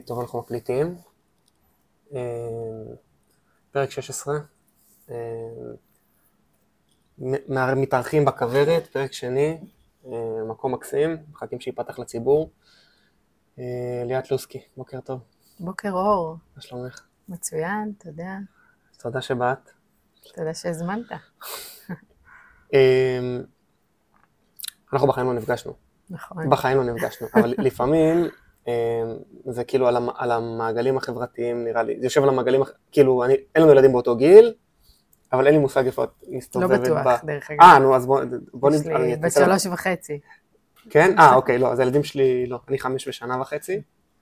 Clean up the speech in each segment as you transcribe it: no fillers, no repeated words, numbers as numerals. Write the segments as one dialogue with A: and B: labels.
A: טוב, אנחנו מקליטים. פרק 16. מתארחים בכוורת, פרק שני, מקום מקסים, מחכים שיפתח לציבור. ליאת לוסקי, בוקר טוב.
B: בוקר אור.
A: מה שלומך?
B: מצוין, תודה.
A: תודה שבאת.
B: תודה שהזמנת.
A: אנחנו בחיים לא נפגשנו.
B: נכון.
A: בחיים לא נפגשנו, אבל לפעמים זה כאילו על המעגלים החברתיים, נראה לי. זה יושב על המעגלים, כאילו, אין לנו ילדים באותו גיל, אבל אין לי מושג איפה את מסתובבת.
B: לא בטוח, דרך אגב.
A: נו, אז בוא
B: יש לי בת 3.5.
A: כן? אוקיי, לא, אז הילדים שלי, לא, אני 5 ושנה וחצי.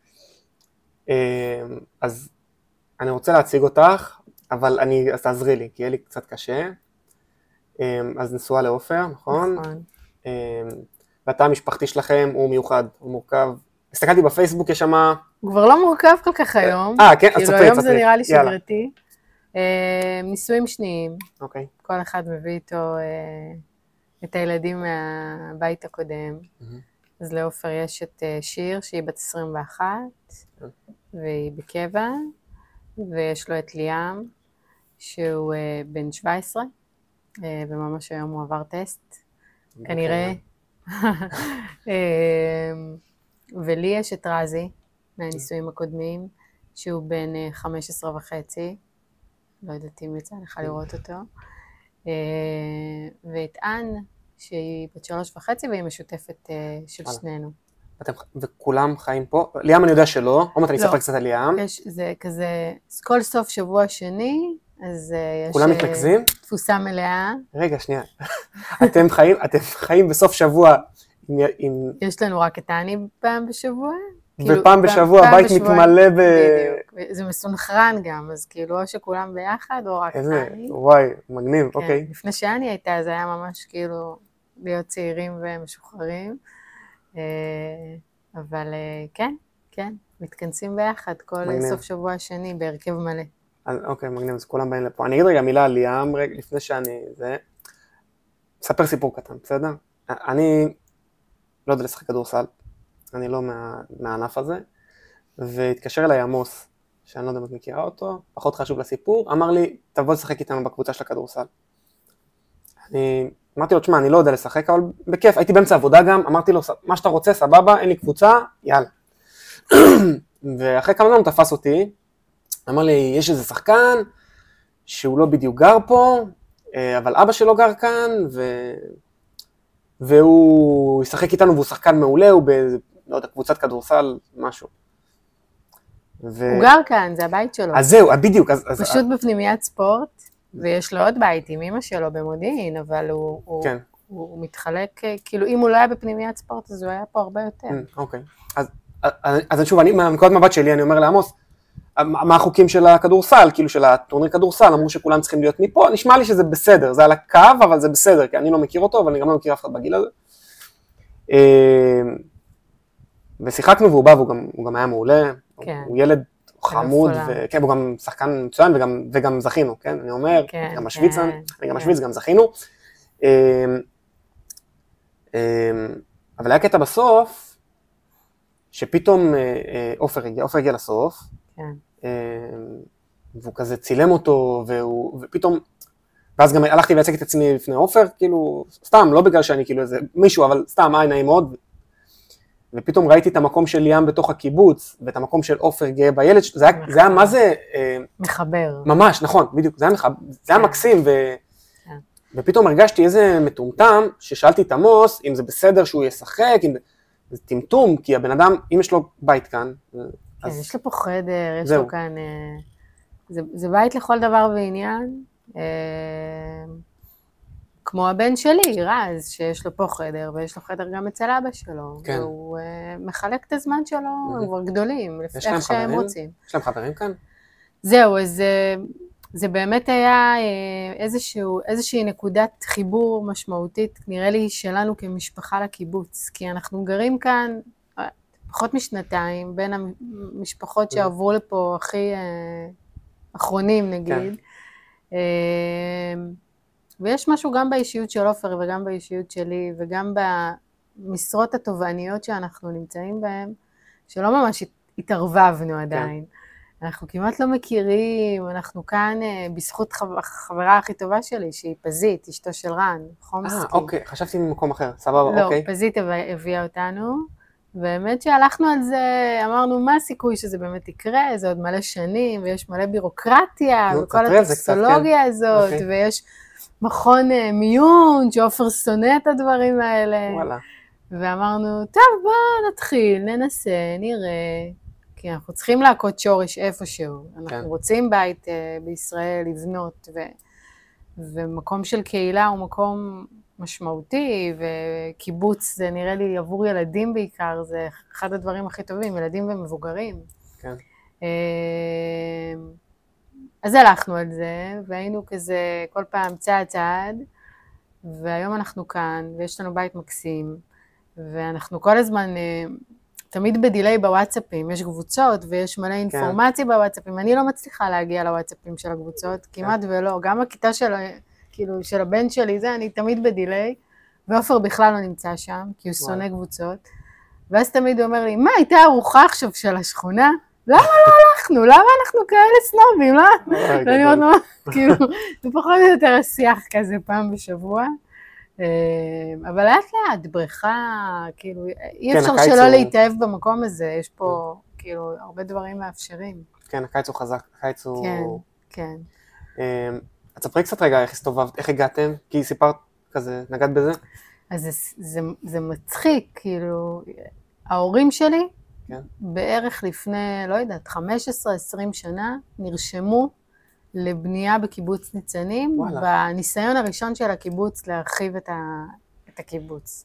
A: אז אני רוצה להציג אותך, אבל אז תעזרי לי, כי יהיה לי קצת קשה. אז נשואה לעופר, נכון?
B: נכון.
A: ואתה המשפחתי שלכם, הוא מיוחד, הוא מורכב. הסתכלתי בפייסבוק, יש שמה...
B: הוא כבר לא מורכב כל כך היום.
A: כן, אז
B: כאילו
A: ספרי.
B: היום זה נראה לי שגרתי. נישואים שניים.
A: אוקיי.
B: כל אחד מביא איתו את הילדים מהבית הקודם. אז לעופר יש את שיר, שהיא בת 21, והיא בקבע, ויש לו את ליאם, שהוא בן 17, וממש היום הוא עבר טסט, כנראה. ולי יש את רזי, מהנישואים הקודמים, שהוא בן 15 וחצי, לא יודעת אם יצא לך לראות אותו, ואת אן, שהיא בת 3.5, והיא משותפת של שנינו.
A: וכולם חיים פה? ליאם אני יודע שלא, עוד מעט אני אספר קצת על ליאם.
B: זה כזה, כל סוף שבוע שני, אז יש...
A: כולם מתנקזים?
B: תפוסה מלאה.
A: רגע, שנייה. אתם חיים בסוף שבוע עם...
B: יש לנו רק את אני פעם בשבוע.
A: ופעם בשבוע הבית מתמלא ב...
B: בדיוק. זה מסונכרן גם, אז כאילו או שכולם ביחד או רק אני.
A: וואי, מגניב, אוקיי.
B: לפני שאני הייתה, זה היה ממש כאילו להיות צעירים ומשוחררים. אבל כן, מתכנסים ביחד כל סוף שבוע שני בהרכב מלא.
A: אוקיי, מגניב, אז כולם באים לפה. אני אגיד רגע מילה על ליאם, לפני שאני... ספר סיפור קטן, בסדר? אני לא יודע לשחק כדורסל, אני לא מהענף הזה, והתקשר אליי עמוס, שאני לא יודע אם את מכירה אותו, פחות חשוב לסיפור, אמר לי, תבוא לשחק איתנו בקבוצה של הכדורסל. אמרתי לו, תשמע, אני לא יודע לשחק, אבל בכיף, הייתי באמצע עבודה גם, אמרתי לו, מה שאתה רוצה, סבבה, אין לי קבוצה, יאללה. ואחרי כמה זמן הוא תפס אותי, אמר לי, יש איזה שחקן, שהוא לא בדיוק גר פה, אבל אבא שלו גר כאן, והוא ישחק איתנו, והוא שחקן מעולה, הוא לא יודע, קבוצת כדורסל, משהו.
B: הוא גר כאן, זה הבית שלו.
A: אז זהו, בדיוק.
B: פשוט בפנימיית ספורט, ויש לו עוד בית עם אמא שלו במודיעין, אבל הוא מתחלק, כאילו אם הוא לא היה בפנימיית ספורט, אז הוא היה פה הרבה יותר.
A: אוקיי. אז שוב, מנקודת מבט שלי, אני אומר לעמוס, מה החוקים של הכדורסל, כאילו של הטורניר כדורסל, אמרו שכולם צריכים להיות מפה, נשמע לי שזה בסדר, זה על הקו, אבל זה בסדר, כי אני לא מכיר אותו, אבל אני גם לא מכיר אף אחד בגיל הזה. ושיחקנו והוא בא, והוא גם היה מעולה, הוא ילד חמוד, וכן, הוא גם שחקן מצוין, וגם זכינו, כן, אני אומר, גם השוויץ, אני גם השוויץ, גם זכינו. אבל היה קטע בסוף, שפתאום עופר הגיע לסוף, והוא כזה צילם אותו, ופתאום, ואז גם הלכתי והצגתי את עצמי לפני עופר, כאילו, סתם, לא בגלל שאני כאילו איזה מישהו, אבל סתם, נעים מאוד, ופתאום ראיתי את המקום של ליאם בתוך הקיבוץ, ואת המקום של עופר גאה בילד, זה היה מה זה...
B: מחבר.
A: ממש, נכון, בדיוק, זה היה מקסים, ופתאום הרגשתי איזה מטומטם, ששאלתי את עמוס, אם זה בסדר שהוא ישחק, אם זה טמטום, כי הבן אדם, אם יש לו בית כאן,
B: כן, יש לו פה חדר, יש לו כאן... זה בית לכל דבר ועניין, כמו הבן שלי, רז, שיש לו פה חדר, ויש לו חדר גם אצל אבא שלו, והוא מחלק את הזמן שלו, הם כבר גדולים, איך שהם רוצים.
A: יש להם חברים כאן?
B: זהו, אז זה באמת היה איזושהי נקודת חיבור משמעותית, נראה לי שלנו כמשפחה לקיבוץ, כי אנחנו גרים כאן פחות משנתיים, בין המשפחות שעברו לפה הכי אחרונים נגיד, ויש משהו גם באישיות של עופר וגם באישיות שלי וגם במשרות התובעניות שאנחנו נמצאים בהן, שלא ממש התערבבנו עדיין. אנחנו כמעט לא מכירים, אנחנו כאן בזכות החברה הכי טובה שלי, שהיא פזית, אשתו של רן, חומסקי.
A: אוקיי, חשבתי ממקום אחר, סבבה,
B: לא,
A: אוקיי.
B: פזית הביאה אותנו, באמת שהלכנו על זה, אמרנו מה הסיכוי שזה באמת יקרה, זה עוד מלא שנים, ויש מלא בירוקרטיה, וכל הטקסולוגיה הזאת, ויש מכון מיון, שעופר שונא את הדברים האלה.
A: וואלה.
B: ואמרנו, טוב, בוא נתחיל, ננסה, נראה, כי אנחנו צריכים להכות שורש איפשהו. אנחנו רוצים בית בישראל לבנות, ומקום של קהילה הוא מקום משמעותי, וקיבוץ זה נראה לי עבור ילדים בעיקר, זה אחד הדברים הכי טובים, ילדים ומבוגרים.
A: כן.
B: אז הלכנו על זה, והיינו כזה כל פעם צעד צעד, והיום אנחנו כאן, ויש לנו בית מקסים, ואנחנו כל הזמן תמיד בדיליי בוואטסאפים, יש קבוצות ויש מלא אינפורמציה בוואטסאפים, אני לא מצליחה להגיע לוואטסאפים של הקבוצות, כמעט ולא, גם הכיתה של הבן שלי, זה אני תמיד בדיליי, ואופר בכלל לא נמצא שם, כי הוא שונא קבוצות, ואז תמיד הוא אומר לי, מה, הייתה ארוחה עכשיו של השכונה? למה לא הלכנו? למה אנחנו כאלה סנובים? ואני אומרת ממש, כאילו, זה פחות או יותר השיח כזה פעם בשבוע, אבל לאט לאט, בריכה, כאילו, אי אפשר שלא להתאהב במקום הזה, יש פה, כאילו, הרבה דברים מאפשרים.
A: כן, הקיץ הוא חזק, הקיץ הוא...
B: כן, כן.
A: אז ספרי קצת רגע איך הסתובבת, איך הגעתם, כי סיפרת כזה, נגעת בזה?
B: אז זה מצחיק, כאילו, ההורים שלי, בערך לפני, לא יודעת, 15-20 שנה, נרשמו לבנייה בקיבוץ ניצנים, בניסיון הראשון של הקיבוץ להרחיב את הקיבוץ.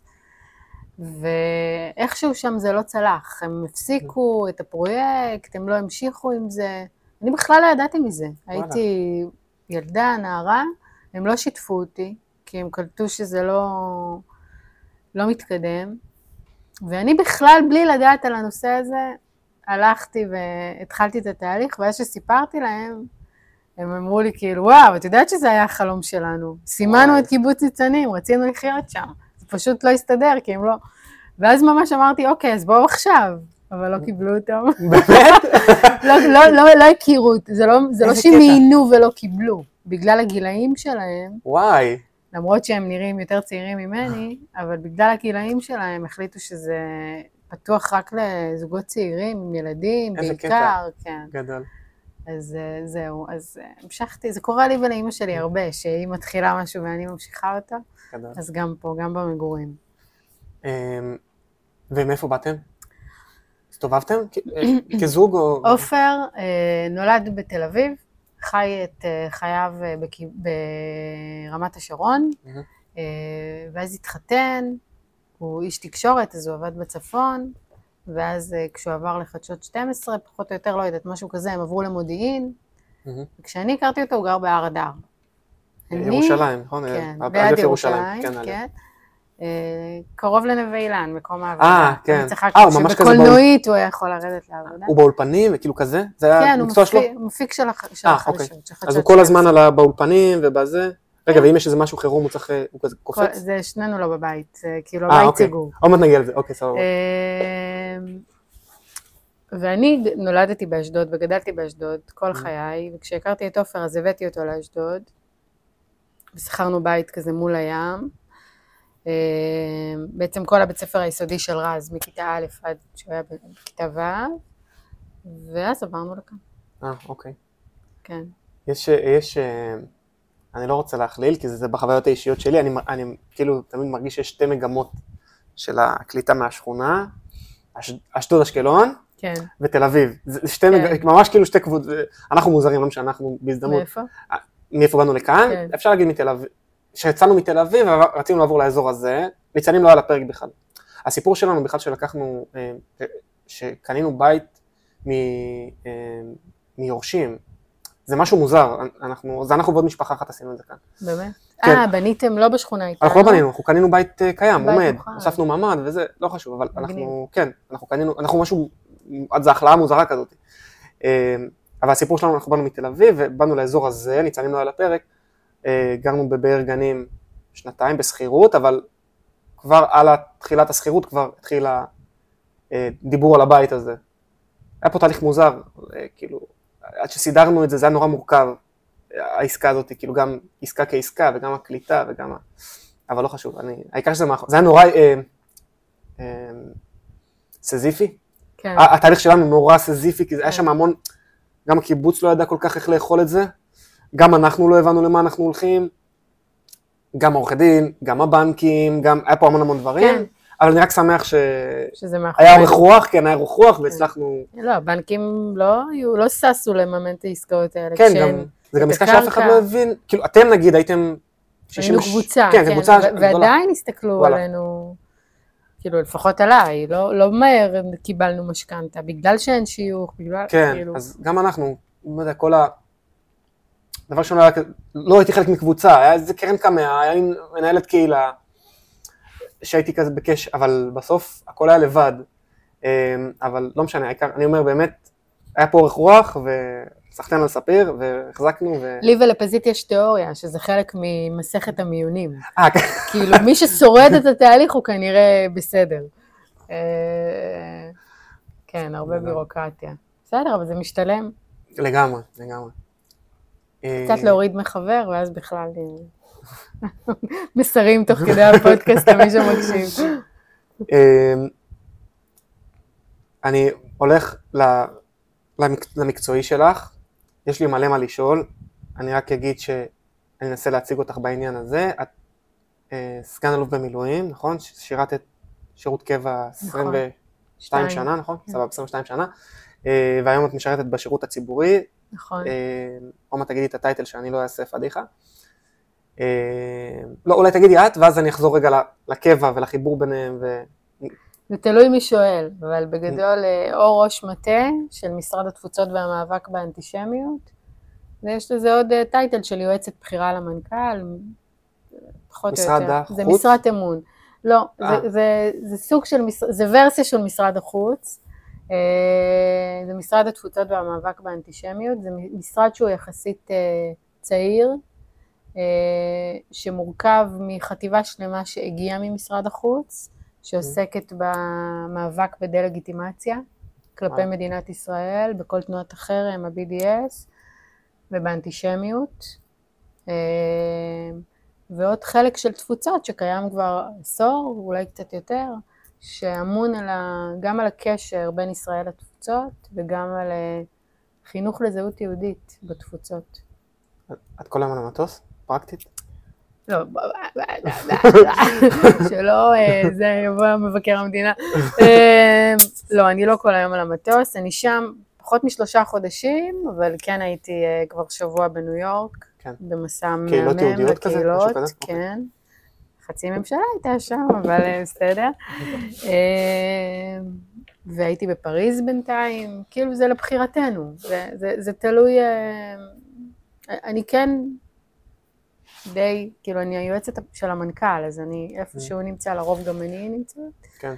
B: ואיכשהו שם זה לא צלח, הם הפסיקו את הפרויקט, הם לא המשיכו עם זה, אני בכלל לא ידעתי מזה, הייתי ילדה, נערה, הם לא שיתפו אותי, כי הם קלטו שזה לא מתקדם, ואני בכלל בלי לדעת על הנושא הזה, הלכתי והתחלתי את התהליך, ואז שסיפרתי להם, הם אמרו לי כאילו, וואו, את יודעת שזה היה החלום שלנו, סימנו את קיבוץ ניצנים, רצינו לחיות שם, זה פשוט לא הסתדר, כי הם לא... ואז ממש אמרתי, אוקיי, אז בואו עכשיו, אבל לא קיבלו אותם.
A: באמת?
B: לא הכירו, זה לא שהם עיינו ולא קיבלו, בגלל הגילאים שלהם,
A: וואי.
B: למרות שהם נראים יותר צעירים ממני, אבל בגלל הגילאים שלהם החליטו שזה פתוח רק לזוגות צעירים, עם ילדים, בעיקר, כן.
A: גדול.
B: אז זהו, אז המשכתי, זה קורה לי ולאמא שלי הרבה, שהיא מתחילה משהו ואני ממשיכה אותו, אז גם פה, גם במגורים.
A: ומאיפה באתם? הסתובבתם? כזוג או...
B: עופר נולד בתל אביב, חי את חייו ברמת השרון, ואז התחתן, הוא איש תקשורת, אז הוא עבד בצפון, ואז כשהוא עבר לחדשות 12, פחות או יותר, לא יודעת, משהו כזה, הם עברו למודיעין, וכשאני הכרתי אותו, הוא גר בהר אדר.
A: ירושלים, נכון?
B: כן, ביד ירושלים, כן. קרוב לנווה אילן, מקום העבודה.
A: כן.
B: אני צריכה שבקולנועית הוא היה יכול לרדת לעבודה.
A: הוא באולפנים וכאילו כזה? זה היה מקצוע שלו?
B: כן, הוא מפיק של החדשות.
A: אז הוא כל הזמן באולפנים ובזה? רגע, ואם יש איזה משהו חירום הוא צריך, הוא כזה קופץ?
B: זה שנינו לא בבית, כאילו הבית סגור.
A: עוד מעט נגיע לזה, אוקיי, סבבה.
B: ואני נולדתי באשדוד וגדלתי באשדוד כל חיי, וכשהכרתי את עופר אז הבאתי אותו לאשדוד, ושכרנו בית כזה מול הים, בעצם כל הבית ספר היסודי של רז, מכיתה א' עד שהוא היה בכיתה ו', ואז עברנו לכאן.
A: אוקיי.
B: כן.
A: יש, אני לא רוצה להכליל, כי זה בחוויות האישיות שלי, אני כאילו תמיד מרגיש שיש שתי מגמות של הקליטה מהשכונה, אשדוד אשקלון,
B: כן.
A: ותל אביב. זה שתי ממש כאילו שתי קבוצות, אנחנו מוזרים, לא שאנחנו בהזדמנות.
B: מאיפה?
A: מאיפה באנו לכאן? כן. אפשר להגיד מתל אביב. כשיצאנו מתל אביב ורצינו לעבור לאזור הזה, ניצנים לא היה לפרק בכלל. הסיפור שלנו בכלל שלקחנו, שקנינו בית מיורשים, זה משהו מוזר, אנחנו ועוד משפחה אחת עשינו את זה כאן.
B: באמת? כן. בניתם לא בשכונה איתנו?
A: אנחנו לא בנינו, אנחנו קנינו בית קיים, עומד, הוספנו מעמד וזה, לא חשוב, אבל אנחנו, כן, אנחנו קנינו, אנחנו משהו, עד זה החלאה מוזרה כזאת. אבל הסיפור שלנו, אנחנו באנו מתל אביב, ובאנו לאזור הזה, ניצנים לא היה לפרק, גרנו בבאר גנים 2 בסחירות, אבל כבר על תחילת הסחירות כבר התחיל דיבור על הבית הזה. היה פה תהליך מוזר, כאילו, עד שסידרנו את זה, זה היה נורא מורכב, העסקה הזאת, כאילו גם עסקה כעסקה, וגם הקליטה, וגם אבל לא חשוב, העיקר שזה מאחור, זה היה נורא סזיפי,
B: כן.
A: התהליך שלנו נורא סזיפי, כי היה שם המון, גם הקיבוץ לא ידע כל כך איך לאכול את זה, גם אנחנו לא הבנו למה אנחנו הולכים, גם עורכי דין, גם הבנקים, גם, היה פה המון דברים,
B: כן.
A: אבל אני רק שמח
B: שזה מאחורי.
A: היה אורך רוח, כן, היה אורך רוח, והצלחנו...
B: לא, הבנקים לא ססו לממן את העסקאות האלה.
A: כן, זה גם עסקה שאף אחד לא הבין, כאילו, אתם נגיד הייתם...
B: היינו קבוצה,
A: כן, קבוצה גדולה.
B: ועדיין הסתכלו עלינו, כאילו, לפחות עליי, לא מהר קיבלנו משכנתה, בגלל שאין שיוך, בגלל...
A: כן, אז גם אנחנו, לא יודע, כל ה... דבר ראשון, לא הייתי חלק מקבוצה, היה איזה קרן קמאה, היה לי מנהלת קהילה, שהייתי כזה בקש, אבל בסוף הכל היה לבד, אבל לא משנה, העיקר, אני אומר באמת, היה פה אורך רוח, ושחקן על ספיר, והחזקנו,
B: לי ולפזית יש תיאוריה, שזה חלק ממסכת המיונים. כאילו, מי ששורד את התהליך הוא כנראה בסדר. כן, הרבה בירוקרטיה. בסדר, אבל זה משתלם.
A: לגמרי.
B: קצת להוריד מחבר, ואז בכלל מסרים תוך כדי הפודקאסט למי שמקשיב.
A: אני הולך למקצועי שלך, יש לי מלא מה לשאול, אני רק אגיד שאני אנסה להציג אותך בעניין הזה, את סגן אלוף במילואים, נכון? שירתת שירות קבע 22 שנה, נכון? סבבה, 22 שנה, והיום את משרתת בשירות הציבורי,
B: נכון.
A: או מה תגידי את הטייטל שאני לא אעשה פדיחה. לא, אולי תגידי את, ואז אני אחזור רגע לקבע ולחיבור ביניהם.
B: זה תלוי מי שואל, אבל בגדול, או ראש מטה של משרד התפוצות והמאבק באנטישמיות, ויש לזה עוד טייטל של יועצת בחירה למנכ"ל, פחות או יותר.
A: משרד החוץ?
B: זה משרת אמון. לא, זה סוג של, זה ורסיה של משרד החוץ, זה משרד התפוצות והמאבק באנטישמיות, זה משרד שהוא יחסית צעיר, שמורכב מחטיבה שלמה שהגיעה ממשרד החוץ, שעוסקת במאבק בדה-לגיטימציה כלפי מדינת ישראל, בכל תנועת החרם, ה-BDS, ובאנטישמיות. ועוד חלק של תפוצות שקיים כבר עשור, אולי קצת יותר, שאמון גם על הקשר בין ישראל לתפוצות, וגם על חינוך לזהות יהודית בתפוצות.
A: את כל היום על המטוס? פרקטית?
B: לא, שלא, זה יבוא מבקר המדינה. לא, אני לא כל היום על המטוס, אני שם פחות מ3 חודשים, אבל כן הייתי כבר שבוע בניו יורק, במסע מהמם לקהילות, כן. חצי ממשלה הייתה שם, אבל בסדר. והייתי בפריז בינתיים, כאילו זה לבחירתנו, זה תלוי, אני כן די, כאילו אני היועצת של המנכ"ל, אז אני איפה שהוא נמצא, לרוב גם אני נמצאת.
A: כן.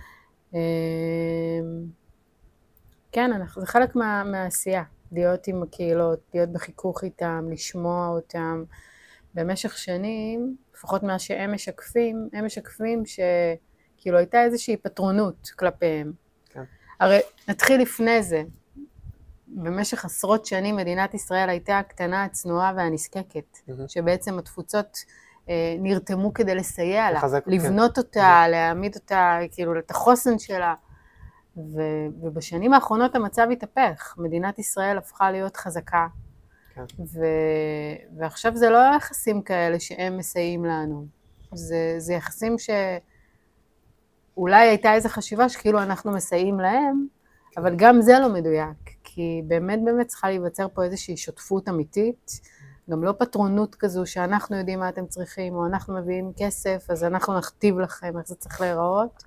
B: כן, זה חלק מהעשייה, להיות עם הקהילות, להיות בחיכוך איתם, לשמוע אותם. במשך שנים, לפחות מה שהם משקפים שכאילו הייתה איזושהי פטרונות כלפיהם. כן. הרי נתחיל לפני זה, במשך עשרות שנים מדינת ישראל הייתה הקטנה, הצנועה והנזקקת, שבעצם התפוצות נרתמו כדי לסייע לה, לבנות אותה, להעמיד אותה, כאילו את החוסן שלה, ובשנים האחרונות המצב התהפך, מדינת ישראל הפכה להיות חזקה, ועכשיו זה לא יחסים כאלה שהם מסייעים לנו, זה יחסים שאולי הייתה איזו חשיבה שכאילו אנחנו מסייעים להם, אבל גם זה לא מדויק, כי באמת צריכה להיווצר פה איזושהי שותפות אמיתית, גם לא פטרונות כזו שאנחנו יודעים מה אתם צריכים, או אנחנו מביאים כסף, אז אנחנו נכתיב לכם איך זה צריך להיראות,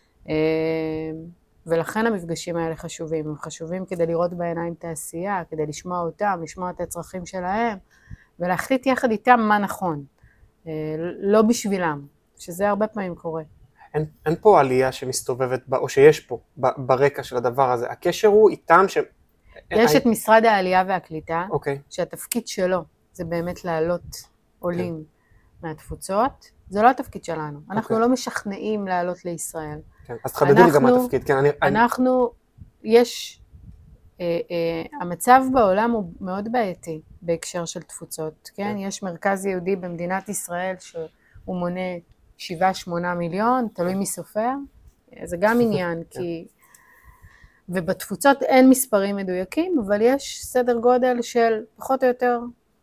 B: ולכן המפגשים האלה חשובים, הם חשובים כדי לראות בעיניים את העשייה, כדי לשמוע אותם, לשמוע את הצרכים שלהם, ולהחליט יחד איתם מה נכון, לא בשבילם, שזה הרבה פעמים קורה.
A: אין פה עלייה שמסתובבת, או שיש פה, ברקע של הדבר הזה. הקשר הוא איתם ש...
B: יש את משרד העלייה והקליטה, שהתפקיד שלו זה באמת להעלות עולים מהתפוצות, זה לא התפקיד שלנו. אנחנו לא משכנעים לעלות לישראל.
A: אז תחדדי לי גם מה התפקיד.
B: אנחנו, יש המצב בעולם הוא מאוד בעייתי בהקשר של תפוצות, כן? יש מרכז יהודי במדינת ישראל שהוא מונה 7-8 מיליון, תלוי מי סופר, זה גם עניין, כי... ובתפוצות אין מספרים מדויקים, אבל יש סדר גודל של פחות או יותר,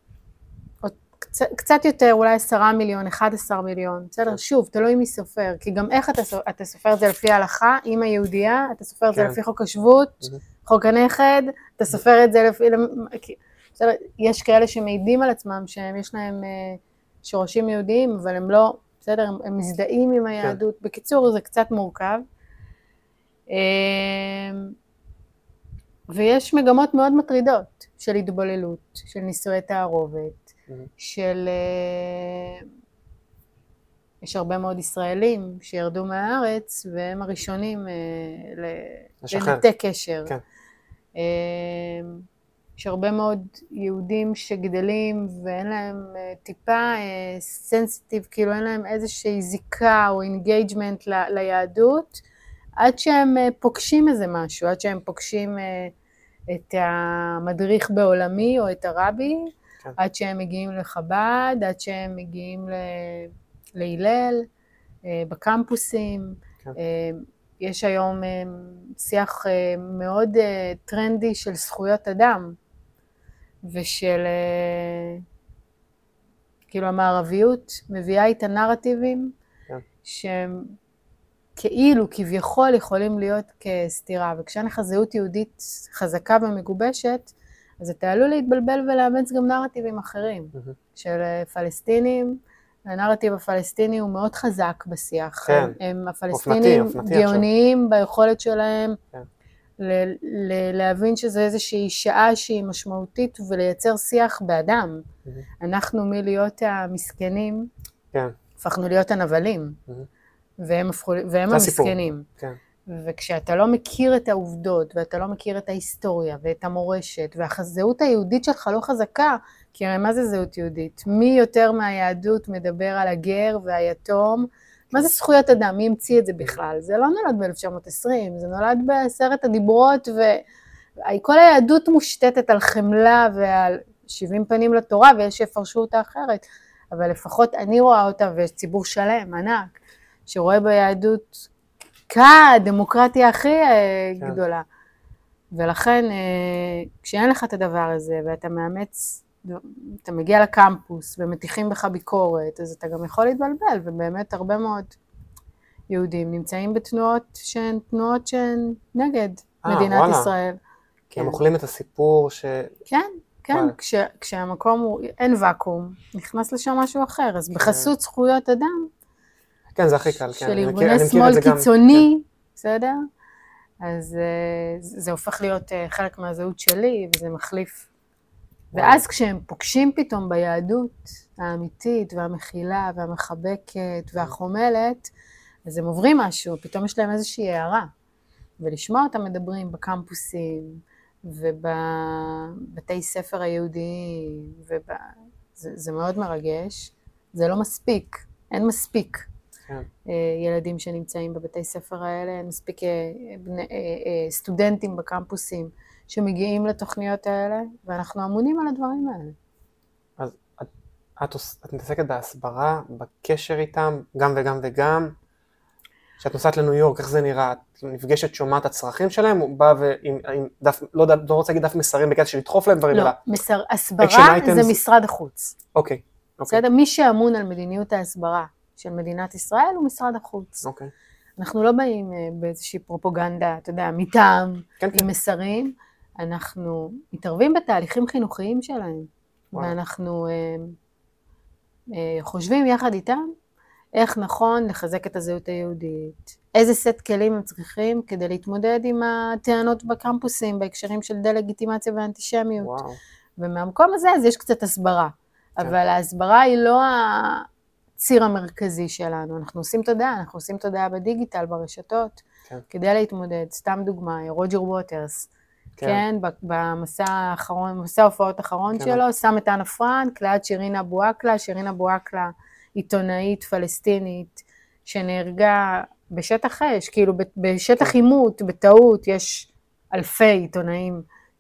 B: קצת יותר, אולי 10 מיליון, 11 מיליון, בסדר? שוב, תלוי מי סופר, כי גם איך אתה סופר את זה לפי ההלכה, אמא יהודייה, אתה סופר את זה לפי חוק השבות, חוק הנכד, אתה סופר את זה לפי... יש כאלה שמעידים על עצמם שיש להם שורשים יהודיים, אבל הם לא, בסדר, הם מזדהים עם היהדות. בקיצור, זה קצת מורכב. ויש מגמות מאוד מטרידות של התבוללות, של נישואי תערובת, של... יש הרבה מאוד ישראלים שירדו מהארץ, והם הראשונים לנתק קשר. יש הרבה מאוד יהודים שגדלים ואין להם טיפה סנסיטיב, כאילו אין להם איזושהי זיקה או אינגייג'מנט ליהדות, עד שהם פוגשים איזה משהו, עד שהם פוגשים את המדריך בעולמי או את הרבי, עד שהם מגיעים לחב"ד, עד שהם מגיעים להילל, בקמפוסים. יש היום שיח מאוד טרנדי של זכויות אדם, ושל, כאילו המערביות מביאה איתה נרטיבים, שהם כאילו, כביכול יכולים להיות כסתירה, וכשאין לך זהות יהודית חזקה ומגובשת, אז אתה עלול להתבלבל ולאמץ גם נרטיבים אחרים, של פלסטינים. הנרטיב הפלסטיני הוא מאוד חזק בשיח. הם הפלסטינים גאוניים ביכולת שלהם להבין שזה איזושהי שעה שהיא משמעותית ולייצר שיח באדם. אנחנו מלהיות המסכנים, הפכנו להיות הנבלים. והם המסכנים. וכשאתה לא מכיר את העובדות, ואתה לא מכיר את ההיסטוריה, ואת המורשת, והזהות היהודית שלך לא חזקה, כי הרי מה זה זהות יהודית? מי יותר מהיהדות מדבר על הגר והיתום? מה זה זכויות אדם? מי המציא את זה בכלל? זה לא נולד ב-1920, זה נולד בעשרת הדיברות, וכל היהדות מושתתת על חמלה ועל 70 פנים לתורה, ויש שיפרשו אותה אחרת, אבל לפחות אני רואה אותה, ויש ציבור שלם, ענק, שרואה ביהדות כדמוקרטיה הכי גדולה. ולכן, כשאין לך את הדבר הזה, ואתה מאמץ, אתה מגיע לקמפוס, ומתיחים בך ביקורת, אז אתה גם יכול להתבלבל, ובאמת הרבה מאוד יהודים נמצאים בתנועות שהן נגד מדינת ישראל.
A: הם אוכלים את הסיפור
B: כן, כן, כשהמקום הוא, אין ואקום, נכנס לשם משהו אחר, אז בחסות זכויות אדם,
A: כן, זה הכי קל, כן.
B: של ארגוני שמאל קיצוני, בסדר? אז זה הופך להיות חלק מהזהות שלי, וזה מחליף. ואז כשהם פוגשים פתאום ביהדות האמיתית, והמכילה, והמחבקת, והחומלת, אז הם עוברים משהו, פתאום יש להם איזושהי הערה. ולשמוע אותם מדברים בקמפוסים, ובבתי ספר היהודיים, זה מאוד מרגש. זה לא מספיק, אין מספיק. ילדים שנמצאים בבתי ספר האלה, אין מספיק סטודנטים בקמפוסים שמגיעים לתוכניות האלה, ואנחנו אמונים על הדברים האלה.
A: אז את מתעסקת בהסברה, בקשר איתם, גם וגם וגם. כשאת נוסעת לניו יורק, איך זה נראה? את נפגשת, שומעת את הצרכים שלהם, הוא בא עם דף, לא רוצה להגיד דף מסרים בקטע של לדחוף להם דברים,
B: לא, הסברה זה משרד החוץ.
A: אוקיי.
B: בסדר? מי שאמון על מדיניות ההסברה של מדינת ישראל הוא משרד החוץ.
A: אוקיי.
B: אנחנו לא באים באיזושהי פרופוגנדה, אתה יודע, מטעם, עם מסרים, אנחנו מתערבים בתהליכים חינוכיים שלהם, ואנחנו חושבים יחד איתם, איך נכון לחזק את הזהות היהודית, איזה סט כלים הם צריכים כדי להתמודד עם הטענות בקמפוסים, בהקשרים של דה-לגיטימציה ואנטישמיות. ומהמקום הזה אז יש קצת הסברה, אבל ההסברה היא לא הציר המרכזי שלנו, אנחנו עושים תודעה, אנחנו עושים תודעה בדיגיטל, ברשתות, כדי להתמודד. סתם דוגמה, רוג'ר ווטרס, כן, במסע האחרון, במסע ההופעות האחרון שלו, שם את אנה פרנק, ליד שירין אבו עקלה, שירין אבו עקלה, עיתונאית פלסטינית, שנהרגה בשטח אש, כאילו בשטח עימות, בטעות, יש אלפי עיתונאים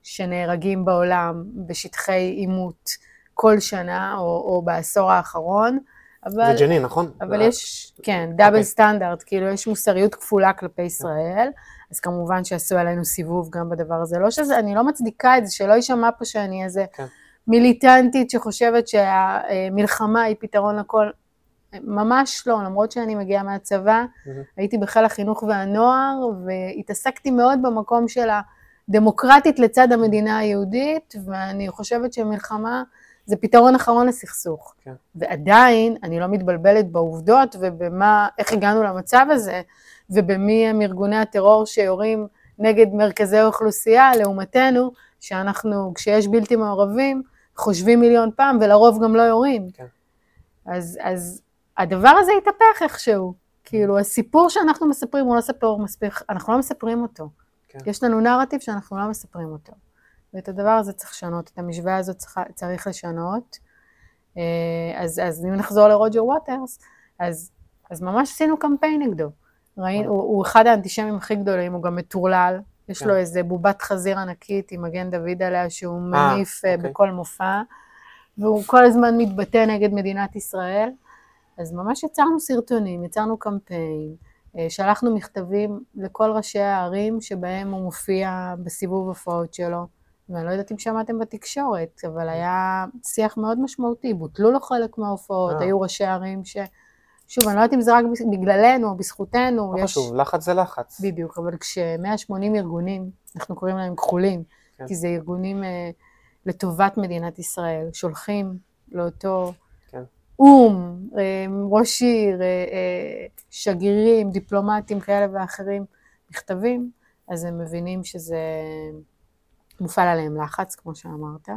B: שנהרגים בעולם בשטחי עימות כל שנה, או בעשור האחרון.
A: זה ג'נין, נכון?
B: אבל יש, כן, דאבל סטנדרט, כאילו יש מוסריות כפולה כלפי ישראל, אז כמובן שעשו עלינו סיבוב גם בדבר הזה. לא שזה, אני לא מצדיקה את זה, שלא יישמע פה שאני איזה מיליטנטית שחושבת שהמלחמה היא פתרון לכל. ממש לא, למרות שאני מגיעה מהצבא, הייתי בחיל החינוך והנוער, והתעסקתי מאוד במקום של הדמוקרטית לצד המדינה היהודית, ואני חושבת שמלחמה זה פתרון אחרון לסכסוך. כן. ועדיין, אני לא מתבלבלת בעובדות, איך הגענו למצב הזה, ובמי הם ארגוני הטרור שיורים נגד מרכזי האוכלוסייה, לעומתנו, שאנחנו, כשיש בלתי מעורבים, חושבים מיליון פעם, ולרוב גם לא יורים. כן. אז הדבר הזה יתהפך איכשהו. כאילו, הסיפור שאנחנו מספרים, הוא לא סיפור מספיק, אנחנו לא מספרים אותו. כן. יש לנו נרטיב שאנחנו לא מספרים אותו. ואת הדבר הזה צריך לשנות, את המשוואה הזאת צריך לשנות. אז אם נחזור לרוג'ר ווטרס, אז ממש עשינו קמפיין נגדו. הוא אחד האנטישמים הכי גדולים, הוא גם מטורלל, יש לו איזה בובת חזיר ענקית עם מגן דוד עליה, שהוא מניף בכל מופע, והוא כל הזמן מתבטא נגד מדינת ישראל. אז ממש יצרנו סרטונים, יצרנו קמפיין, שלחנו מכתבים לכל ראשי הערים שבהם הוא מופיע בסיבוב הופעות שלו, ואני לא יודעת אם שמעתם בתקשורת, אבל היה שיח מאוד משמעותי, בוטלו לו חלק מההופעות, היו ראשי ערים שוב, אני לא יודעת אם זה רק בגללנו או בזכותנו.
A: לא חשוב, לחץ זה לחץ.
B: בדיוק, אבל כש-180 ארגונים, אנחנו קוראים להם כחולים, כי זה ארגונים לטובת מדינת ישראל, שולחים לאותו ראש עיר, שגרירים, דיפלומטים כאלה ואחרים, מכתבים, אז הם מבינים שזה מופעל עליהם לחץ, כמו שאמרת,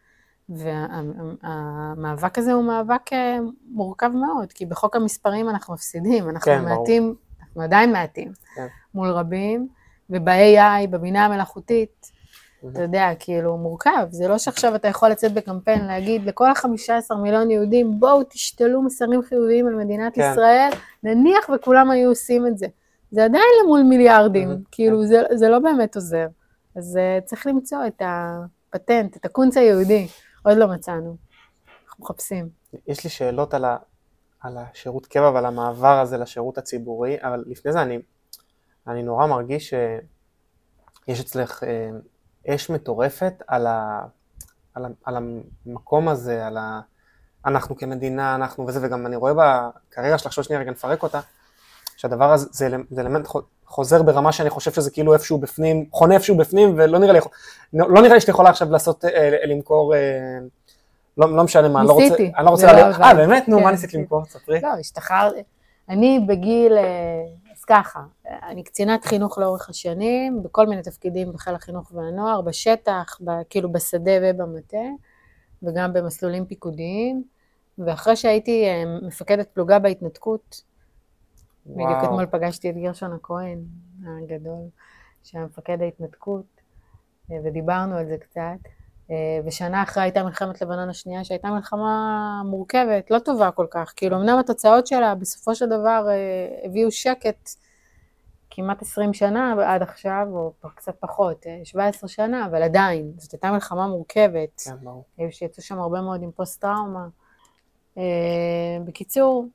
B: והמאבק הזה הוא מאבק מורכב מאוד, כי בחוק המספרים אנחנו מפסידים, אנחנו מעטים, אנחנו עדיין מעטים, מול רבים, וב-AI, בבינה המלאכותית, אתה יודע, כאילו, מורכב, זה לא שעכשיו אתה יכול לצאת בקמפיין, להגיד לכל 15 מיליון יהודים, בואו תשתלו מסרים חיוביים על מדינת ישראל, נניח וכולם היו עושים את זה. זה עדיין למול מיליארדים, כאילו, זה לא באמת עוזר. אז צריך למצוא את הפטנט, את הקונץ היהודי, עוד לא מצאנו, אנחנו מחפשים.
A: יש לי שאלות על השירות קבע ועל המעבר הזה לשירות הציבורי, אבל לפני זה אני נורא מרגיש שיש אצלך אש מטורפת על המקום הזה, אנחנו כמדינה, אנחנו וזה, וגם אני רואה בקריירה שלך, שנייה רגע נפרק אותה, שהדבר הזה זה אלמנט חוזר ברמה שאני חושב שזה כאילו איפשהו בפנים, חונה איפשהו בפנים, ולא נראה לי שאתה יכולה עכשיו לעשות, למכור, לא משנה מה,
B: ניסיתי.
A: אני לא רוצה להגיד, באמת? נו, מה ניסית למכור? ספרי.
B: לא, השתחררתי. אני בגיל, אז ככה, אני קצינת חינוך לאורך השנים, בכל מיני תפקידים בחיל החינוך והנוער, בשטח, כאילו בשדה ובמטה, וגם במסלולים פיקודיים, ואחרי שהייתי מפקדת פלוגה בהתנתקות, בדיוק אתמול פגשתי את גרשון הכהן הגדול, שהיה מפקד ההתנתקות, ודיברנו על זה קצת, ושנה אחרי הייתה מלחמת לבנון השנייה, שהייתה מלחמה מורכבת, לא טובה כל כך, כאילו אמנם התוצאות שלה בסופו של דבר הביאו שקט כמעט 20 שנה עד עכשיו, או קצת פחות, 17 שנה, אבל עדיין, זאת הייתה מלחמה מורכבת, שיצאו שם הרבה מאוד עם פוסט-טראומה. בקיצור,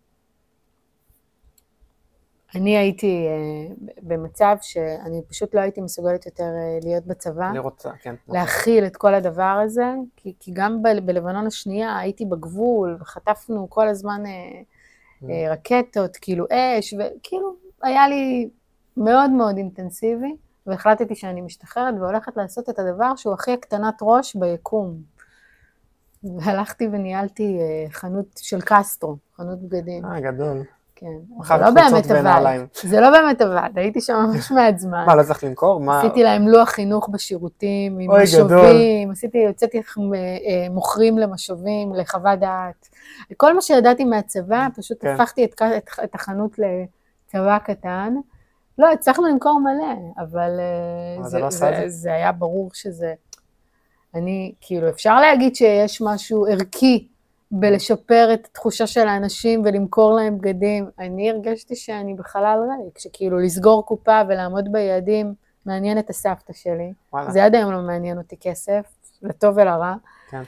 B: אני הייתי במצב שאני פשוט לא הייתי מסוגלת יותר להיות בצבא.
A: אני רוצה, כן.
B: להכיל את כל הדבר הזה, כי גם בלבנון השנייה הייתי בגבול, וחטפנו כל הזמן רקטות, כאילו אש, וכאילו היה לי מאוד מאוד אינטנסיבי, והחלטתי שאני משתחררת והולכת לעשות את הדבר שהוא הכי הקטנת ראש ביקום. והלכתי וניהלתי חנות של קסטרו, חנות בגדים.
A: גדול.
B: כן, זה לא באמת עבד, זה לא באמת עבד, הייתי שם ממש מעט זמן.
A: מה, לא צריך למכור?
B: עשיתי להם לוח חינוך בשירותים, עם משובים, יוצאתי מוכרים למשובים, לחוות דעת. כל מה שידעתי מהצבא, פשוט הפכתי את החנות לצבא קטן. לא, הצלחנו למכור מלא, אבל זה היה ברור שזה... אני, כאילו, אפשר להגיד שיש משהו ערכי, בלשפר את התחושה של האנשים ולמכור להם בגדים. אני הרגשתי שאני בחלל ריק, שכאילו לסגור קופה ולעמוד ביעדים, מעניין את הסבתא שלי.
A: וואלה.
B: זה עד היום לא מעניין אותי כסף, לטוב ולרע.
A: כן.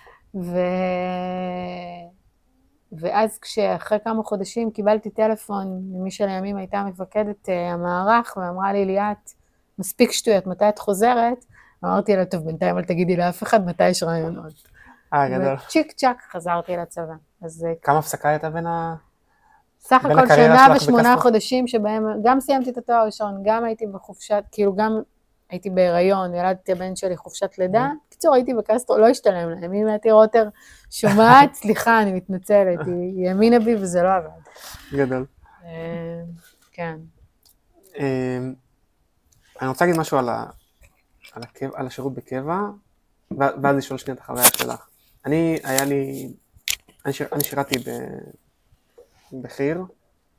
B: ואז כשאחרי כמה חודשים קיבלתי טלפון ממי שלימים הייתה מפקדת המערך, ואמרה לי, ליאת, מספיק שטויות, מתי את חוזרת? אמרתי לה, טוב, בינתיים אל תגידי לאף אחד, מתי יש רעיונות.
A: גדול.
B: וצ'יק צ'ק חזרתי לצבא. אז
A: כמה הפסקה הייתה בין
B: סך
A: בין
B: הכל
A: הקריירה
B: שנה
A: שלך
B: ו8
A: בקסטרו?
B: חודשים שבהם גם סיימתי את התואר הראשון, גם הייתי בחופשת, כאילו גם הייתי בהיריון, ילדתי הבן שלי חופשת לידה. קיצור, הייתי בקסטרו, לא השתלם להם. אם הייתי רוטר שומעת, סליחה, אני מתנצלת, היא האמינה בי וזה לא עבד.
A: גדול.
B: כן.
A: אני רוצה להגיד משהו על השירות בקבע, ואז לשאול שנייה את החוויה שלך. אני שירתי בחי"ר,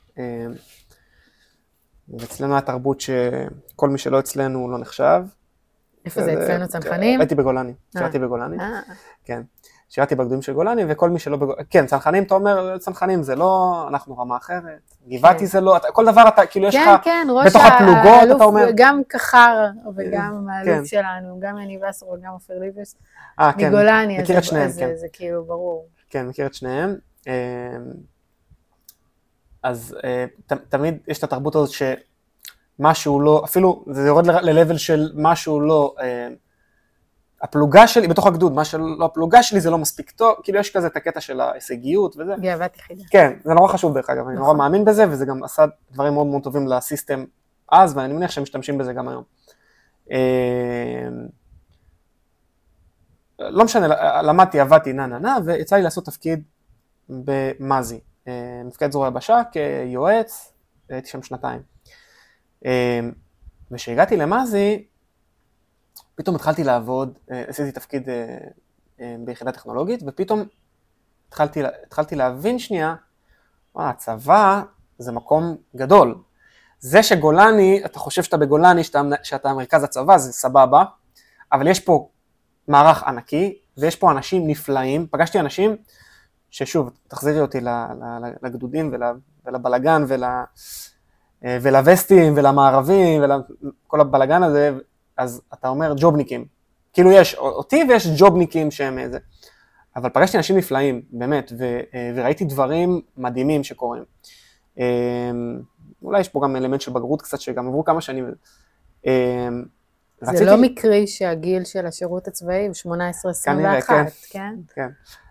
A: ואצלנו היה תרבות שכל מי שלא אצלנו לא נחשב.
B: איפה זה אצלנו, צנחנים?
A: הייתי בגולני, שירתי בגולני. כן. שירתי בגדודים של גולני, וכל מי שלא בגולני, כן, צנחנים, אתה אומר, צנחנים זה לא, אנחנו רמה אחרת, גבעתי זה לא, כל דבר אתה, כאילו יש לך, בתוך הפלוגות, אתה אומר.
B: גם כחר, וגם האלוף שלנו, גם יניב וסר, וגם אופיר ליבס, מגולני, אז זה כאילו ברור.
A: כן, מכיר את שניהם. אז תמיד יש את התרבות הזאת שמשהו לא, אפילו זה יורד ללבל של משהו לא, הפלוגה שלי, בתוך הגדוד, מה שלא הפלוגה שלי זה לא מספיק טוב, כאילו יש כזה את הקטע של ההישגיות וזה.
B: גאוות יחידה.
A: כן, זה נורא חשוב דרך אגב, אני נורא מאמין בזה, וזה גם עשה דברים מאוד מאוד טובים לסיסטם אז, ואני מניח שהם משתמשים בזה גם היום. לא משנה, למדתי, עבדתי, ויצא לי לעשות תפקיד במזי, מפקד זרוע היבשה כיועץ, הייתי שם 2 שנתיים. ושהגעתי למזי, פתאום התחלתי לעבוד, עשיתי תפקיד ביחידה טכנולוגית, ופתאום התחלתי להבין שנייה, הצבא זה מקום גדול. זה שגולני, אתה חושב שאתה בגולני, שאתה מרכז הצבא, זה סבבה, אבל יש פה מערך ענקי, ויש פה אנשים נפלאים, פגשתי אנשים ששוב, תחזירי אותי לגדודים ולבלגן ולווסטים ולמערבים ולכל הבלגן הזה, אז אתה אומר ג'ובניקים. כאילו יש אותי ויש ג'ובניקים שהם איזה. אבל פגשתי אנשים נפלאים, באמת, וראיתי דברים מדהימים שקורים. אולי יש פה גם אלמנט של בגרות קצת, שגם עברו כמה שנים.
B: זה לא מקרי שהגיל של השירות הצבאי הוא 18-21, כן?
A: כן.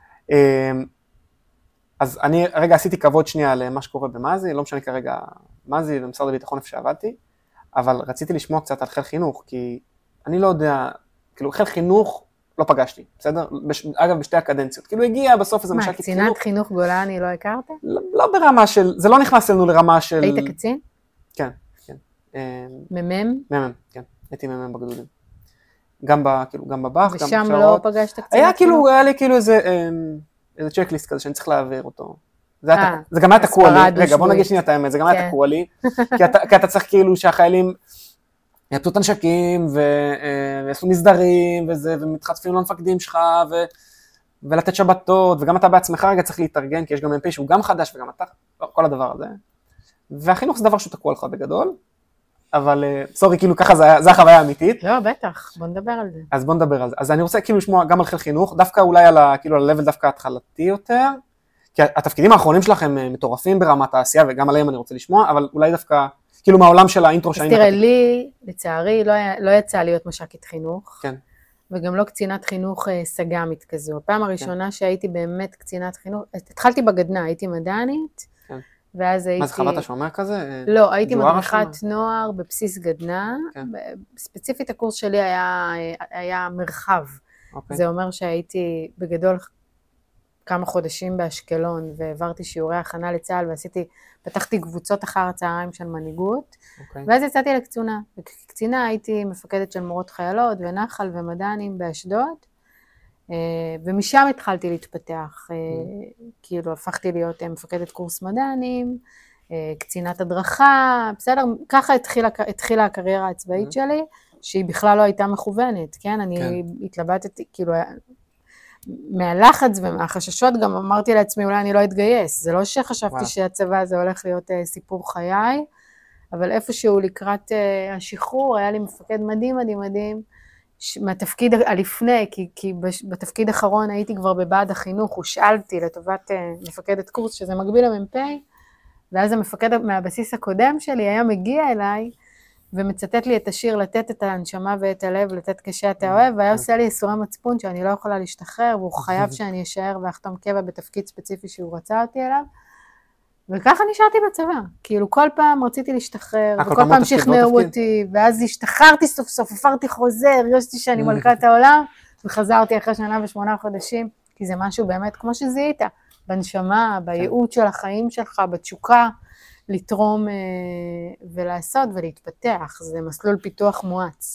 A: אז אני רגע עשיתי כבוד שנייה למה שקורה במזי, לא משנה כרגע מזי במשרד הביטחון איפה שעבדתי, אבל רציתי לשמוע קצת על חיל חינוך, כי אני לא יודע, כאילו חיל חינוך לא פגשתי, בסדר? אגב בשתי הקדנציות, כאילו הגיע בסוף איזה משקית חינוך.
B: מה, קצינת חינוך גולני לא הכרת?
A: לא ברמה של, זה לא נכנס לנו לרמה של...
B: היית קצין?
A: כן, כן.
B: ממם?
A: ממם, כן, הייתי ממם בגדודים. גם בבח, גם
B: ושם לא פגשת קצינת
A: חינוך? היה לי כאילו איזה צ'קליסט כזה שאני צריך להעביר אותו. זה גם היה תקוע לי, רגע בוא נגיד שנייה את האמת, זה גם היה תקוע לי, כי אתה צריך כאילו שהחיילים יפתו את הנשקים ויעשו מסדרים ומתחצפים למפקדים שלך ולתת שבתות, וגם אתה בעצמך רגע צריך להתארגן, כי יש גם MP שהוא גם חדש וגם אתה, כל הדבר הזה. והחינוך זה דבר שהוא תקוע לך בגדול, אבל סורי, כאילו ככה זה החוויה האמיתית.
B: לא, בטח, בוא נדבר על זה.
A: אז בוא נדבר על זה. אז אני רוצה כאילו לשמוע גם על חיל חינוך, דווקא אולי על ה-level דווקא התחלתי יותר, כי התפקידים האחרונים שלכם מטורפים ברמת העשייה, וגם עליהם אני רוצה לשמוע, אבל אולי דווקא, כאילו מהעולם של האינטרו שהיינו...
B: אז תראה, לי, לצערי, לא יצא להיות מש"קית חינוך,
A: כן.
B: וגם לא קצינת חינוך סג"מית כזו. הפעם הראשונה שהייתי באמת קצינת חינוך, התחלתי בגדנ"ע, הייתי מדענית, ואז הייתי...
A: מה זה חוות השומר כזה?
B: לא, הייתי מדריכת נוער בבסיס גדנ"ע, ספציפית הקורס שלי היה מרחב, זה אומר שהייתי בגדול כמה חודשים באשקלון, והעברתי שיעורי הכנה לצה"ל, פתחתי קבוצות אחר הצהריים של מנהיגות, ואז יצאתי לקצונה, וכקצינה הייתי מפקדת של מורות חיילות ונחל ומדענים באשדוד, ומשם התחלתי להתפתח, כאילו הפכתי להיות מפקדת קורס מדענים, קצינת הדרכה, בסדר, ככה התחילה הקריירה הצבאית שלי, שהיא בכלל לא הייתה מכוונת, כן? אני התלבטתי, כאילו, מהלחץ ומהחששות גם אמרתי לעצמי, אולי אני לא אתגייס, זה לא שחשבתי שהצבא הזה הולך להיות סיפור חיי, אבל איפשהו לקראת השחרור, היה לי מפקד מדהים, מדהים, מדהים, מהתפקיד הלפני, כי בתפקיד האחרון הייתי כבר בבה"ד החינוך, הושאלתי לטובת מפקדת קורס, שזה מקביל למ"פ, ואז המפקד מהבסיס הקודם שלי היה מגיע אליי, ומצטט לי את השיר, לתת את ההנשמה ואת הלב, לתת כשאתה אוהב, והיה עושה לי איסורי מצפון שאני לא יכולה להשתחרר, והוא חייב שאני אשאר ואחתום קבע בתפקיד ספציפי שהוא רצה אותי אליו, וככה נשארתי בצבא, כאילו כל פעם רציתי להשתחרר, וכל פעם שכנעו אותי, ואז השתחררתי סוף סוף, הפרתי חוזה, הרגשתי שאני מלכת העולם, וחזרתי אחרי 1 ו8 חודשים, כי זה משהו באמת כמו שזיהית, בנשמה, בייעוד של החיים שלך, בתשוקה, לתרום ולעשות ולהתפתח, זה מסלול פיתוח מואץ.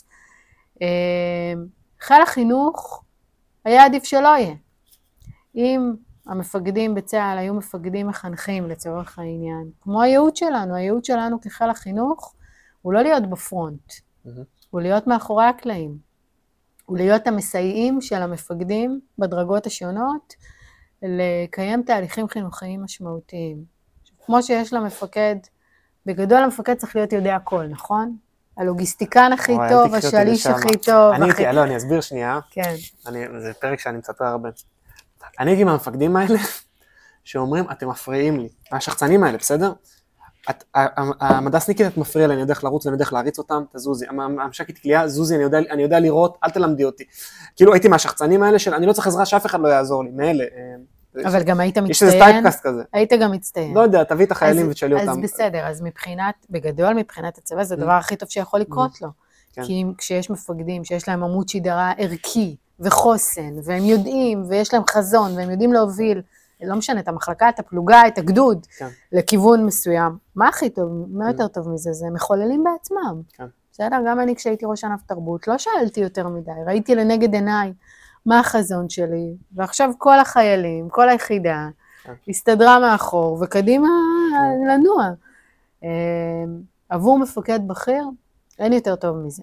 B: חיל החינוך היה עדיף שלא יהיה. אם המפקדים בצה"ל היו מפקדים מחנכים לצורך העניין, כמו הייעוד שלנו כחיל החינוך, הוא לא להיות בפרונט, הוא להיות מאחורי הקלעים, הוא להיות המסייעים של המפקדים בדרגות השונות, לקיים תהליכים חינוכיים משמעותיים. כמו שיש למפקד, בגדול המפקד צריך להיות יודע הכל, נכון? הלוגיסטיקן הכי טוב, השליש הכי טוב.
A: אני אסביר שנייה.
B: כן.
A: זה פרק שאני מספר הרבה. אני הייתי מהמפקדים האלה, שאומרים, אתם מפריעים לי. השחצנים האלה, בסדר? המדסניקית, את מפריע לי, אני יודע איך לרוץ ואני יודע איך להריץ אותם, תזוזי. המשקית כלייה, זוזי, אני יודע לראות, אל תלמדי אותי. כאילו הייתי מהשחצנים האלה של, אני לא צריך עזרה שאף אחד לא יעזור לי, מאלה.
B: אבל גם היית מצטיין.
A: יש איזה טייפקאסט כזה.
B: היית גם מצטיין.
A: לא יודע, תביא את החיילים ותשאלי אותם.
B: אז בסדר, אז בגדול מבחינת הצבא, זה הדבר הכי טוב שיכול לקרות לו. כי כשיש מפקדים, שיש להם עמוד שדרה ערכי וחוסן, והם יודעים, ויש להם חזון, והם יודעים להוביל, לא משנה, את המחלקה, את הפלוגה, את הגדוד, לכיוון מסוים. מה הכי טוב, מה יותר טוב מזה? זה מחוללים בעצמם. בסדר, גם אני כשהייתי ראש ענף תרבות, לא שאלתי יותר מדי, ראיתי לנגד עיניי מה החזון שלי, ועכשיו כל החיילים, כל היחידה, הסתדרה מאחור, וקדימה לנוע. עבור מפקד בכיר, אין יותר טוב מזה.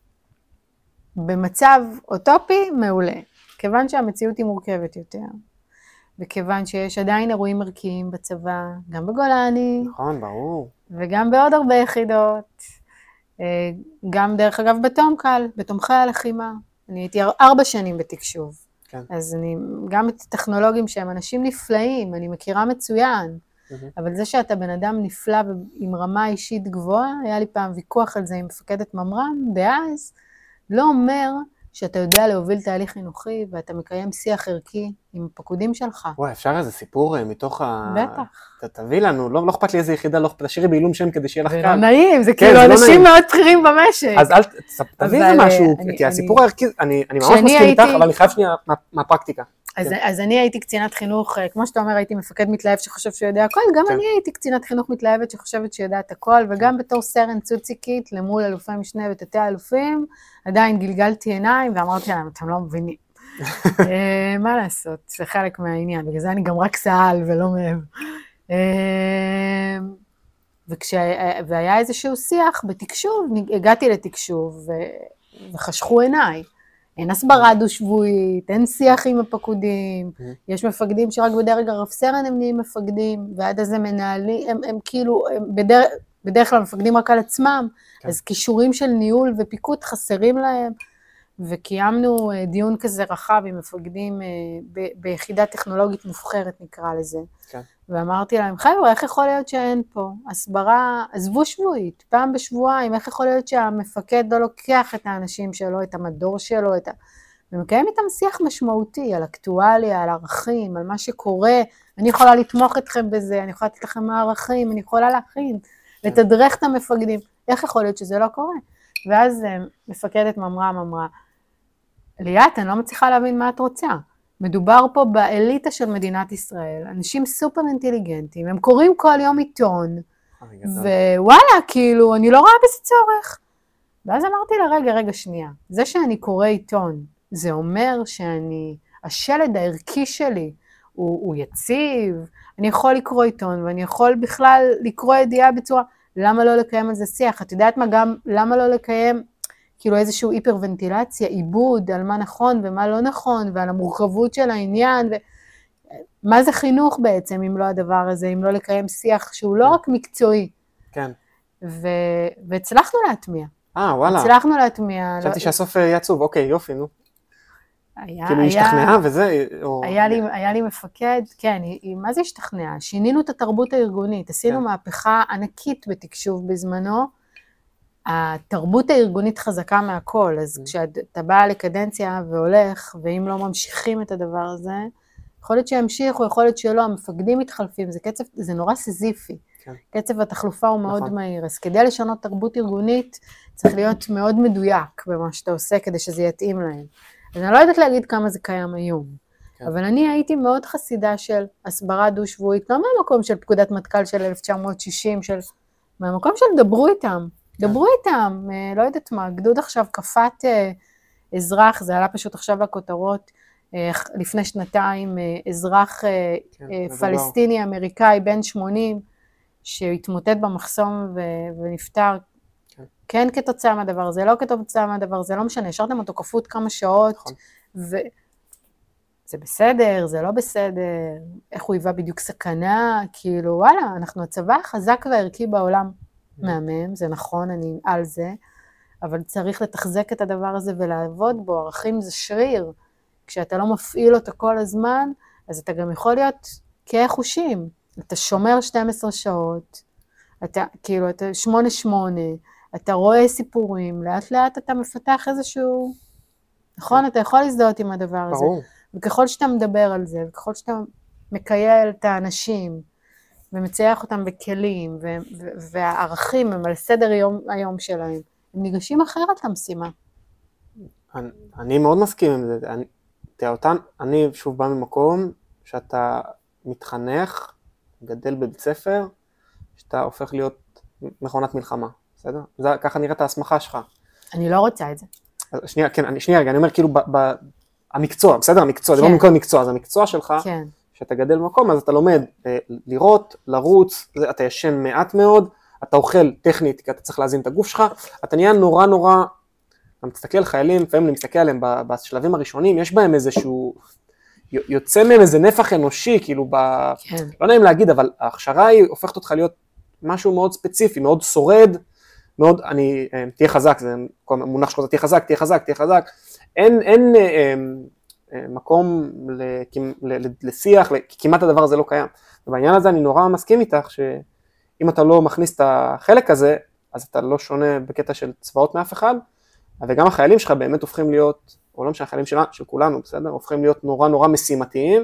B: במצב אוטופי, מעולה. כיוון שהמציאות היא מורכבת יותר, וכיוון שיש עדיין אירועים ערכיים בצבא, גם בגולני,
A: נכון, ברור.
B: וגם בעוד הרבה יחידות, גם דרך אגב בתומקל, בתומכי הלחימה. אני הייתי 4 שנים בתקשוב. כן. אז גם את הטכנולוגים שהם אנשים נפלאים, אני מכירה מצוין, אבל זה שאתה בן אדם נפלא עם רמה אישית גבוהה, היה לי פעם ויכוח על זה עם מפקדת ממר"ם, דאז, לא אומר שאתה יודע להוביל תהליך חינוכי, ואתה מקיים שיח ערכי עם הפקודים שלך.
A: וואי, אפשר איזה סיפור מתוך
B: בטח.
A: תביא לנו, לא אכפת לי איזה יחידה, לא אכפת, תשאירי בעילום שם כדי שיהיה לך קל.
B: זה לא נעים, זה כאילו אנשים מאוד בכירים במשק.
A: אז תביא איזה משהו, כי הסיפור הערכי, אני ממש מסכים איתך, אבל אני חייב שנייה מהפרקטיקה.
B: אז אני הייתי קצינת חינוך, כמו שאתה אומר, הייתי מפקד מתלהב שחושב שהוא יודע הכל, גם אני הייתי קצינת חינוך מתלהבת שחושבת שיודעת הכל, וגם בתור סרן צוציקית למול אלופי משנה ותתי אלופים, עדיין גלגלתי עיניים ואמרתי להם, אתם לא מבינים. מה לעשות? זה חלק מהעניין, בגלל זה אני גם רק סעל ולא מעבר. והיה איזשהו שיח בתקשוב, הגעתי לתקשוב וחשכו עיניי. אין הסברה דו-שבועית, אין שיח עם הפקודים, יש מפקדים שרק בדרג הרב סרן הם נהיים מפקדים, ועד אז הם מנהלים, הם כאילו, בדרך כלל מפקדים רק על עצמם, אז קישורים של ניהול ופיקוד חסרים להם, וקיימנו דיון כזה רחב עם מפקדים ביחידה טכנולוגית מובחרת נקרא לזה, ואמרתי להם, חבר'ה, איך יכול להיות שאין פה הסברה, עזבו שבועית, פעם בשבועיים, איך יכול להיות שהמפקד לא לוקח את האנשים שלו, את המדור שלו, ומקיים איתם שיח משמעותי על אקטואליה, על ערכים, על מה שקורה, אני יכולה לתמוך אתכם בזה, אני יכולה לתת לכם מערכים, אני יכולה להכין, לתדרך את המפקדים, איך יכול להיות שזה לא קורה? ואז מפקדת ממר"ם אמרה, ליאת, אני לא מצליחה להבין מה את רוצה. מדובר פה באליטה של מדינת ישראל, אנשים סופר אינטליגנטים, הם קוראים כל יום עיתון, ווואלה, כאילו, אני לא רואה בזה צורך. ואז אמרתי לה, רגע, שנייה, זה שאני קורא עיתון, זה אומר השלד הערכי שלי, הוא יציב, אני יכול לקרוא עיתון, ואני יכול בכלל לקרוא ידיעה בצורה, למה לא לקיים על זה שיח? את יודעת מה גם, למה לא לקיים כאילו איזשהו היפרוונטילציה, עיבוד על מה נכון ומה לא נכון, ועל המורכבות של העניין, מה זה חינוך בעצם, אם לא הדבר הזה, אם לא לקיים שיח שהוא לא רק מקצועי,
A: כן.
B: והצלחנו להטמיע.
A: וואלה.
B: הצלחנו להטמיע.
A: חשבתי שהסוף יהיה עצוב, אוקיי, יופי, נו.
B: היה,
A: כאילו השתכנעה וזה, או...
B: היה לי מפקד, כן, מה זה השתכנעה? שינינו את התרבות הארגונית, עשינו מהפכה ענקית בתקשוב בזמנו, התרבות הארגונית חזקה מהכל, אז כשאתה בא לקדנציה והולך, ואם לא ממשיכים את הדבר הזה, יכול להיות שימשיכו, יכול להיות שלא, המפקדים מתחלפים, זה נורא סזיפי. קצב התחלופה הוא מאוד מהיר, אז כדי לשנות תרבות ארגונית, צריך להיות מאוד מדויק במה שאתה עושה, כדי שזה יתאים להם. אז אני לא יודעת להגיד כמה זה קיים היום, אבל אני הייתי מאוד חסידה של הסברה דו-שבועית, לא מהמקום של פקודת מטכ"ל של 1960, מהמקום של דברו איתם, לא יודעת מה, גדוד עכשיו כפת אזרח, זה עלה פשוט עכשיו בכותרות, לפני שנתיים, אזרח פלסטיני אמריקאי בן 80, שהתמוטט במחסום ונפטר, כן כתוצאה מהדבר הזה, לא כתוצאה מהדבר הזה, לא משנה, השארתם אותו כפות כמה שעות, וזה בסדר, זה לא בסדר, איך הוא היווה בדיוק סכנה, כאילו וואלה, אנחנו הצבא החזק והערכי בעולם, מהמם, זה נכון, אני על זה, אבל צריך לתחזק את הדבר הזה ולעבוד בו, ערכים זה שריר, כשאתה לא מפעיל אותו כל הזמן, אז אתה גם יכול להיות כחושים, אתה שומר 12 שעות, אתה 8-8, אתה רואה סיפורים, לאט לאט אתה מפתח איזשהו, נכון? אתה יכול להזדהות עם הדבר הזה.
A: ברור.
B: וככל שאתה מדבר על זה, וככל שאתה מקייל את האנשים, ומצייח אותם בכלים, והערכים הם על סדר היום שלהם, הם ניגשים אחרת למשימה.
A: אני מאוד מסכים עם זה. אני שוב בא ממקום שאתה מתחנך, גדל בבית ספר, שאתה הופך להיות מכונת מלחמה, בסדר? ככה נראית ההסמכה שלך.
B: אני לא רוצה את זה.
A: שנייה, אני אומר כאילו המקצוע, בסדר? המקצוע, זה לא מכל מקצוע, זה המקצוע שלך, שאתה גדל במקום, אז אתה לומד לראות, לרוץ, אתה ישן מעט מאוד, אתה אוכל טכנית, כי אתה צריך להזין את הגוף שלך, אתה נהיה נורא, אתה מסתכל על חיילים, לפעמים אני מסתכל עליהם בשלבים הראשונים, יש בהם איזשהו, יוצא מהם איזה נפח אנושי, כאילו לא נעים להגיד, אבל ההכשרה היא הופכת אותך להיות משהו מאוד ספציפי, מאוד שורד, מאוד, תהיה חזק, זה מונח שלך, תהיה חזק, אין מקום לשיח, כמעט הדבר הזה לא קיים. ובעניין הזה אני נורא מסכים איתך, שאם אתה לא מכניס את החלק הזה, אז אתה לא שונה בקטע של צבאות מאף אחד, וגם החיילים שלך באמת הופכים להיות, או לא משנה, החיילים של כולנו, בסדר? הופכים להיות נורא משימתיים,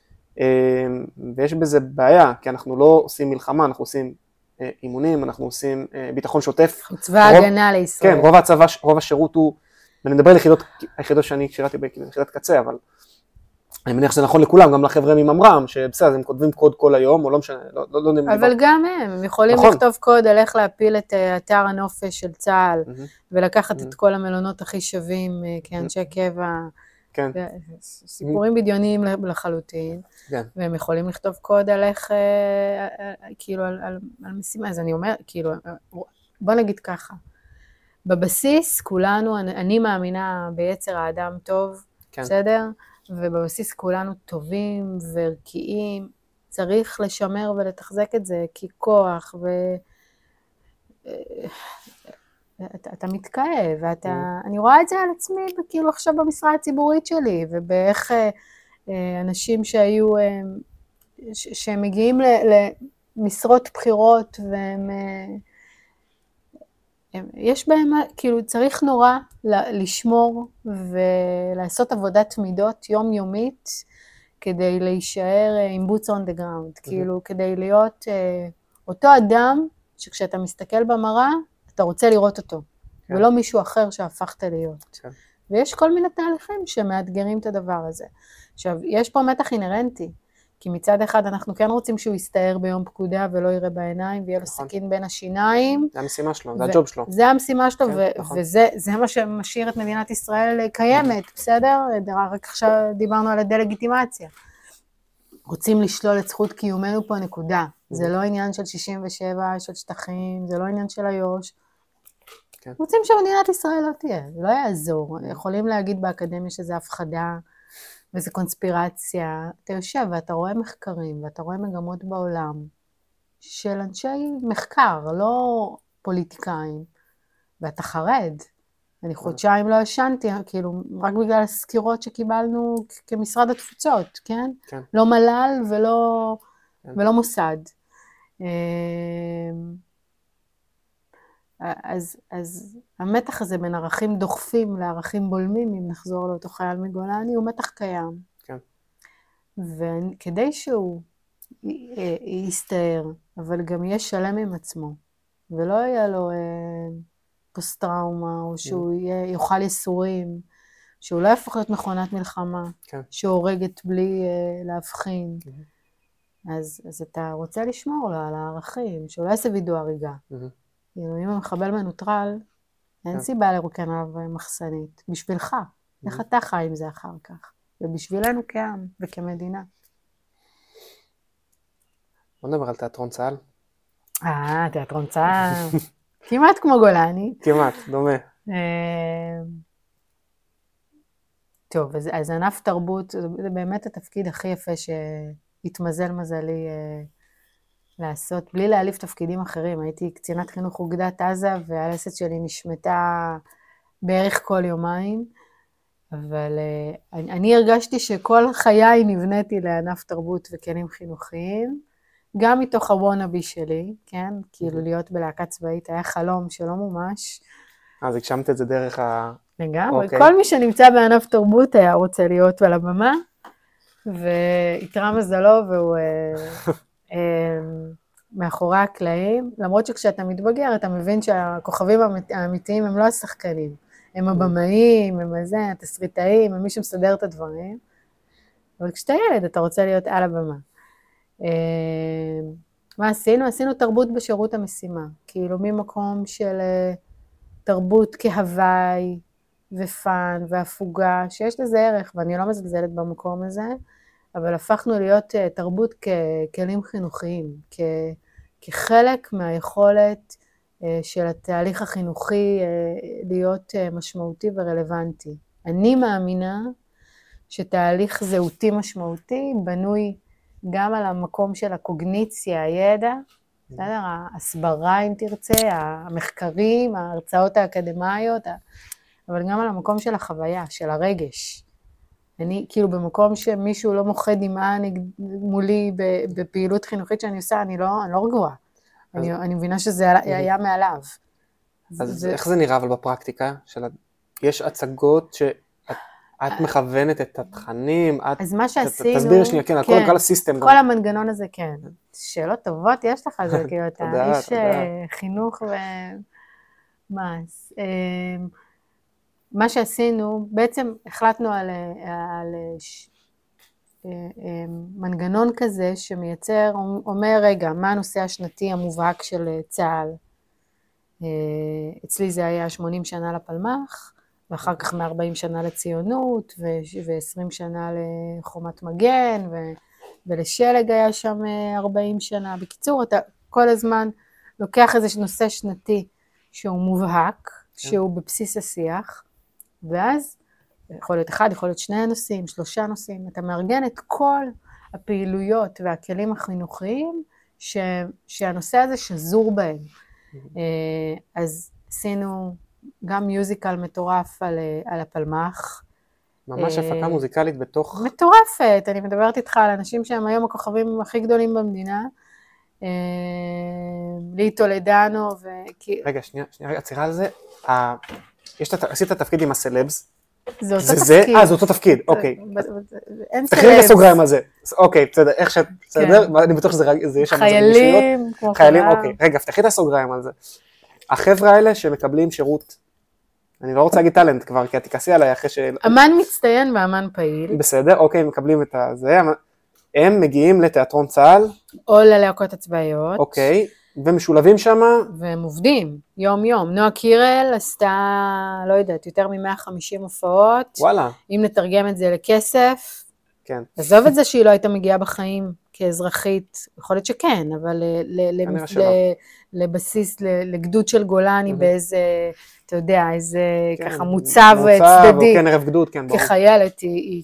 A: ויש בזה בעיה, כי אנחנו לא עושים מלחמה, אנחנו עושים אימונים, אנחנו עושים ביטחון שוטף.
B: צבא ההגנה לישראל.
A: כן, רוב השירות הוא, ואני מדבר על היחידות שאני שירתי ביחידת קצה, אבל אני מניח שזה נכון לכולם, גם לחבר'ה מממר"ם, שבסדר, הם כותבים קוד כל היום, או לא משנה, לא יודע.
B: אבל גם הם יכולים לכתוב קוד על איך להפיל את אתר הנופש של צה"ל, ולקחת את כל המלונות הכי שווים כאנשי קבע, סיפורים בדיוניים לחלוטין, והם יכולים לכתוב קוד על איך, כאילו, על משימה, אז אני אומר, כאילו, בוא נגיד ככה, בבסיס כולנו, אני מאמינה ביצר האדם טוב, בסדר? ובבסיס כולנו טובים וערכיים, צריך לשמר ולתחזק את זה ככוח, אתה מתכאב, אני רואה את זה על עצמי, כאילו עכשיו במשרה הציבורית שלי, ובאיך אנשים שהם מגיעים למשרות בחירות, יש בהם, כאילו צריך נורא לשמור ולעשות עבודת מידות יומיומית, כדי להישאר עם boots on the ground, כאילו כדי להיות אותו אדם שכשאתה מסתכל במראה, אתה רוצה לראות אותו, ולא מישהו אחר שהפכת להיות. ויש כל מיני תהליכים שמאתגרים את הדבר הזה. עכשיו, יש פה מתח אינרנטי, כי מצד אחד אנחנו כן רוצים שהוא יסתער ביום פקודה ולא יראה בעיניים, ויהיה לו סכין בין השיניים.
A: זה המשימה שלו, זה הג'וב שלו.
B: זה המשימה שלו, וזה מה שמשאיר את מדינת ישראל קיימת, בסדר? רק עכשיו דיברנו על הדלגיטימציה. רוצים לשלול את זכות קיומנו פה נקודה. זה לא עניין של 67, של שטחים, זה לא עניין של איו"ש. רוצים שמדינת ישראל לא תהיה, לא יעזור. יכולים להגיד באקדמיה שזה הפחדה, וזה קונספירציה. אתה יושב ואתה רואה מחקרים, ואתה רואה מגמות בעולם, של אנשי מחקר, פוליטיקאים, ואתה חרד. אני חודשיים לא ישנתי, כאילו, רק בגלל הסקירות שקיבלנו כמשרד התפוצות, כן?
A: כן.
B: לא מל"ל
A: כן.
B: ולא מוסד. אז המתח הזה בין ערכים דוחפים לערכים בולמים, אם נחזור לאותו חייל מגולני, הוא מתח קיים.
A: כן.
B: וכדי שהוא יסתער, אבל גם יהיה שלם עם עצמו, ולא יהיה לו פוסט-טראומה, או שהוא יאכל ייסורים, שהוא לא יהפוך להיות מכונת מלחמה,
A: כן.
B: שהורגת בלי להבחין. אז אתה רוצה לשמור לו על הערכים, שהוא לא יעשה וידוא הריגה. אם המחבל מנוטרל, אין סיבה לרוקן עליו מחסנית. בשבילך. איך אתה חי עם זה אחר כך? ובשבילנו כעם וכמדינה.
A: בוא נדבר על תיאטרון צה"ל.
B: תיאטרון צה"ל. כמעט כמו גולני.
A: כמעט, דומה.
B: טוב, אז ענף תרבות, זה באמת התפקיד הכי יפה שהתמזל מזלי לעשות, בלי להעליף תפקידים אחרים. הייתי קצינת חינוך אוגדת עזה, והלסת שלי נשמטה בערך כל יומיים, אבל אני הרגשתי שכל חיי נבניתי לענף תרבות וכלים חינוכיים, גם מתוך הוונאבי שלי, כן? כאילו להיות בלהקה צבאית היה חלום שלא מומש.
A: אז הגשמת את זה דרך
B: לגמרי, כל מי שנמצא בענף תרבות היה רוצה להיות על הבמה, והתראה מזלו והוא מאחורי הקלעים, למרות שכשאתה מתבגר אתה מבין שהכוכבים האמיתיים הם לא השחקנים, הם הבמאים, הם התסריטאים, הם מי שמסדר את הדברים, אבל כשאתה ילד אתה רוצה להיות על הבמה. מה עשינו? עשינו תרבות בשירות המשימה, כאילו ממקום של תרבות כהוואי ופן והפוגה, שיש לזה ערך, ואני לא מזלזלת במקום הזה, אבל הפכנו להיות תרבות ככלים חינוכיים, כחלק מהיכולת של התהליך החינוכי להיות משמעותי ורלוונטי. אני מאמינה שתהליך זהותי משמעותי בנוי גם על המקום של הקוגניציה, הידע, בסדר? ההסברה אם תרצה, המחקרים, ההרצאות האקדמיות, אבל גם על המקום של החוויה, של הרגש. אני כאילו במקום שמישהו לא מוחד דמעה מולי בפעילות חינוכית שאני עושה, אני לא רגועה. אני מבינה שזה היה מעליו.
A: אז איך זה נראה אבל בפרקטיקה? יש הצגות שאת מכוונת את התכנים,
B: אז מה שעשינו,
A: תסביר שנייה, כן, כל הסיסטם.
B: כל המנגנון הזה, כן. שאלות טובות יש לך, זה כאילו, אתה איש חינוך ומס. מה שעשינו, בעצם החלטנו על מנגנון כזה שמייצר, אומר רגע, מה הנושא השנתי המובהק של צה"ל? אצלי זה היה 80 שנה לפלמ"ח, ואחר כך 140 שנה לציונות, ו20 שנה לחומת מגן, ולשלג היה שם 40 שנה. בקיצור, אתה כל הזמן לוקח איזה נושא שנתי שהוא מובהק, שהוא בבסיס השיח, ואז יכול להיות אחד, יכול להיות 2 נושאים, 3 נושאים, אתה מארגן את כל הפעילויות והכלים החינוכיים שהנושא הזה שזור בהם. אז עשינו גם מיוזיקל מטורף על הפלמ"ח.
A: ממש הפקה מוזיקלית בתוך...
B: מטורפת, אני מדברת איתך על אנשים שהם היום הכוכבים הכי גדולים במדינה. לי טולדנו
A: רגע, שנייה, עצירה על זה. עשית תפקיד עם הסלבס.
B: זה אותו תפקיד.
A: זה אותו תפקיד, אוקיי.
B: אין
A: תכלי לי סוגריים על זה. אוקיי, בסדר, איך שאת, בסדר? אני בטוח שזה יש שם
B: חיילים, כמו
A: חיילים, אוקיי. רגע, תפתחי את הסוגריים על זה. החבר'ה האלה שמקבלים שירות, אני לא רוצה להגיד טלנט כבר, כי את תכעסי עליי אחרי ש...
B: אמן מצטיין ואמן פעיל.
A: בסדר, אוקיי, מקבלים את זה. הם מגיעים לתיאטרון צה"ל.
B: או ללהקות הצבאיות.
A: אוקיי. ומשולבים שם.
B: והם עובדים, יום יום. נועה קירל עשתה, לא יודעת, יותר מ-150 הופעות.
A: וואלה.
B: אם נתרגם את זה לכסף.
A: כן.
B: עזוב את זה שהיא לא הייתה מגיעה בחיים כאזרחית, יכול להיות שכן, אבל לבסיס, לגדוד של גולני באיזה, אתה יודע, איזה ככה מוצב צדדי.
A: כן, ערב גדוד, כן.
B: כחיילת היא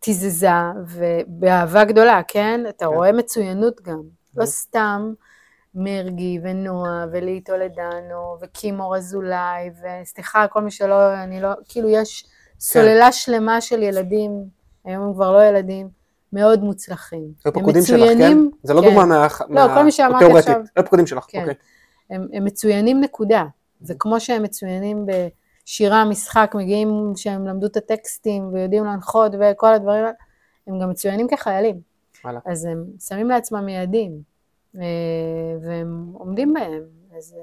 B: תיזזה, ובאהבה גדולה, כן? אתה רואה מצוינות גם. לא סתם. מרגי ונועה ולי טולדנו וקימור אזולאי וסליחה כל מי שלא, אני לא, כאילו יש סוללה שלמה של ילדים, היום הם כבר לא ילדים, מאוד מוצלחים.
A: זה פקודים שלך, כן? זה לא דוגמה
B: לא, כל מי שאמרתי עכשיו,
A: זה פקודים שלך,
B: כן.
A: אוקיי.
B: הם מצוינים נקודה, וכמו שהם מצוינים בשירה, משחק, מגיעים שהם למדו את הטקסטים ויודעים להנחות וכל הדברים, הם גם מצוינים כחיילים. אז הם שמים לעצמם יעדים, והם עומדים בהם. אז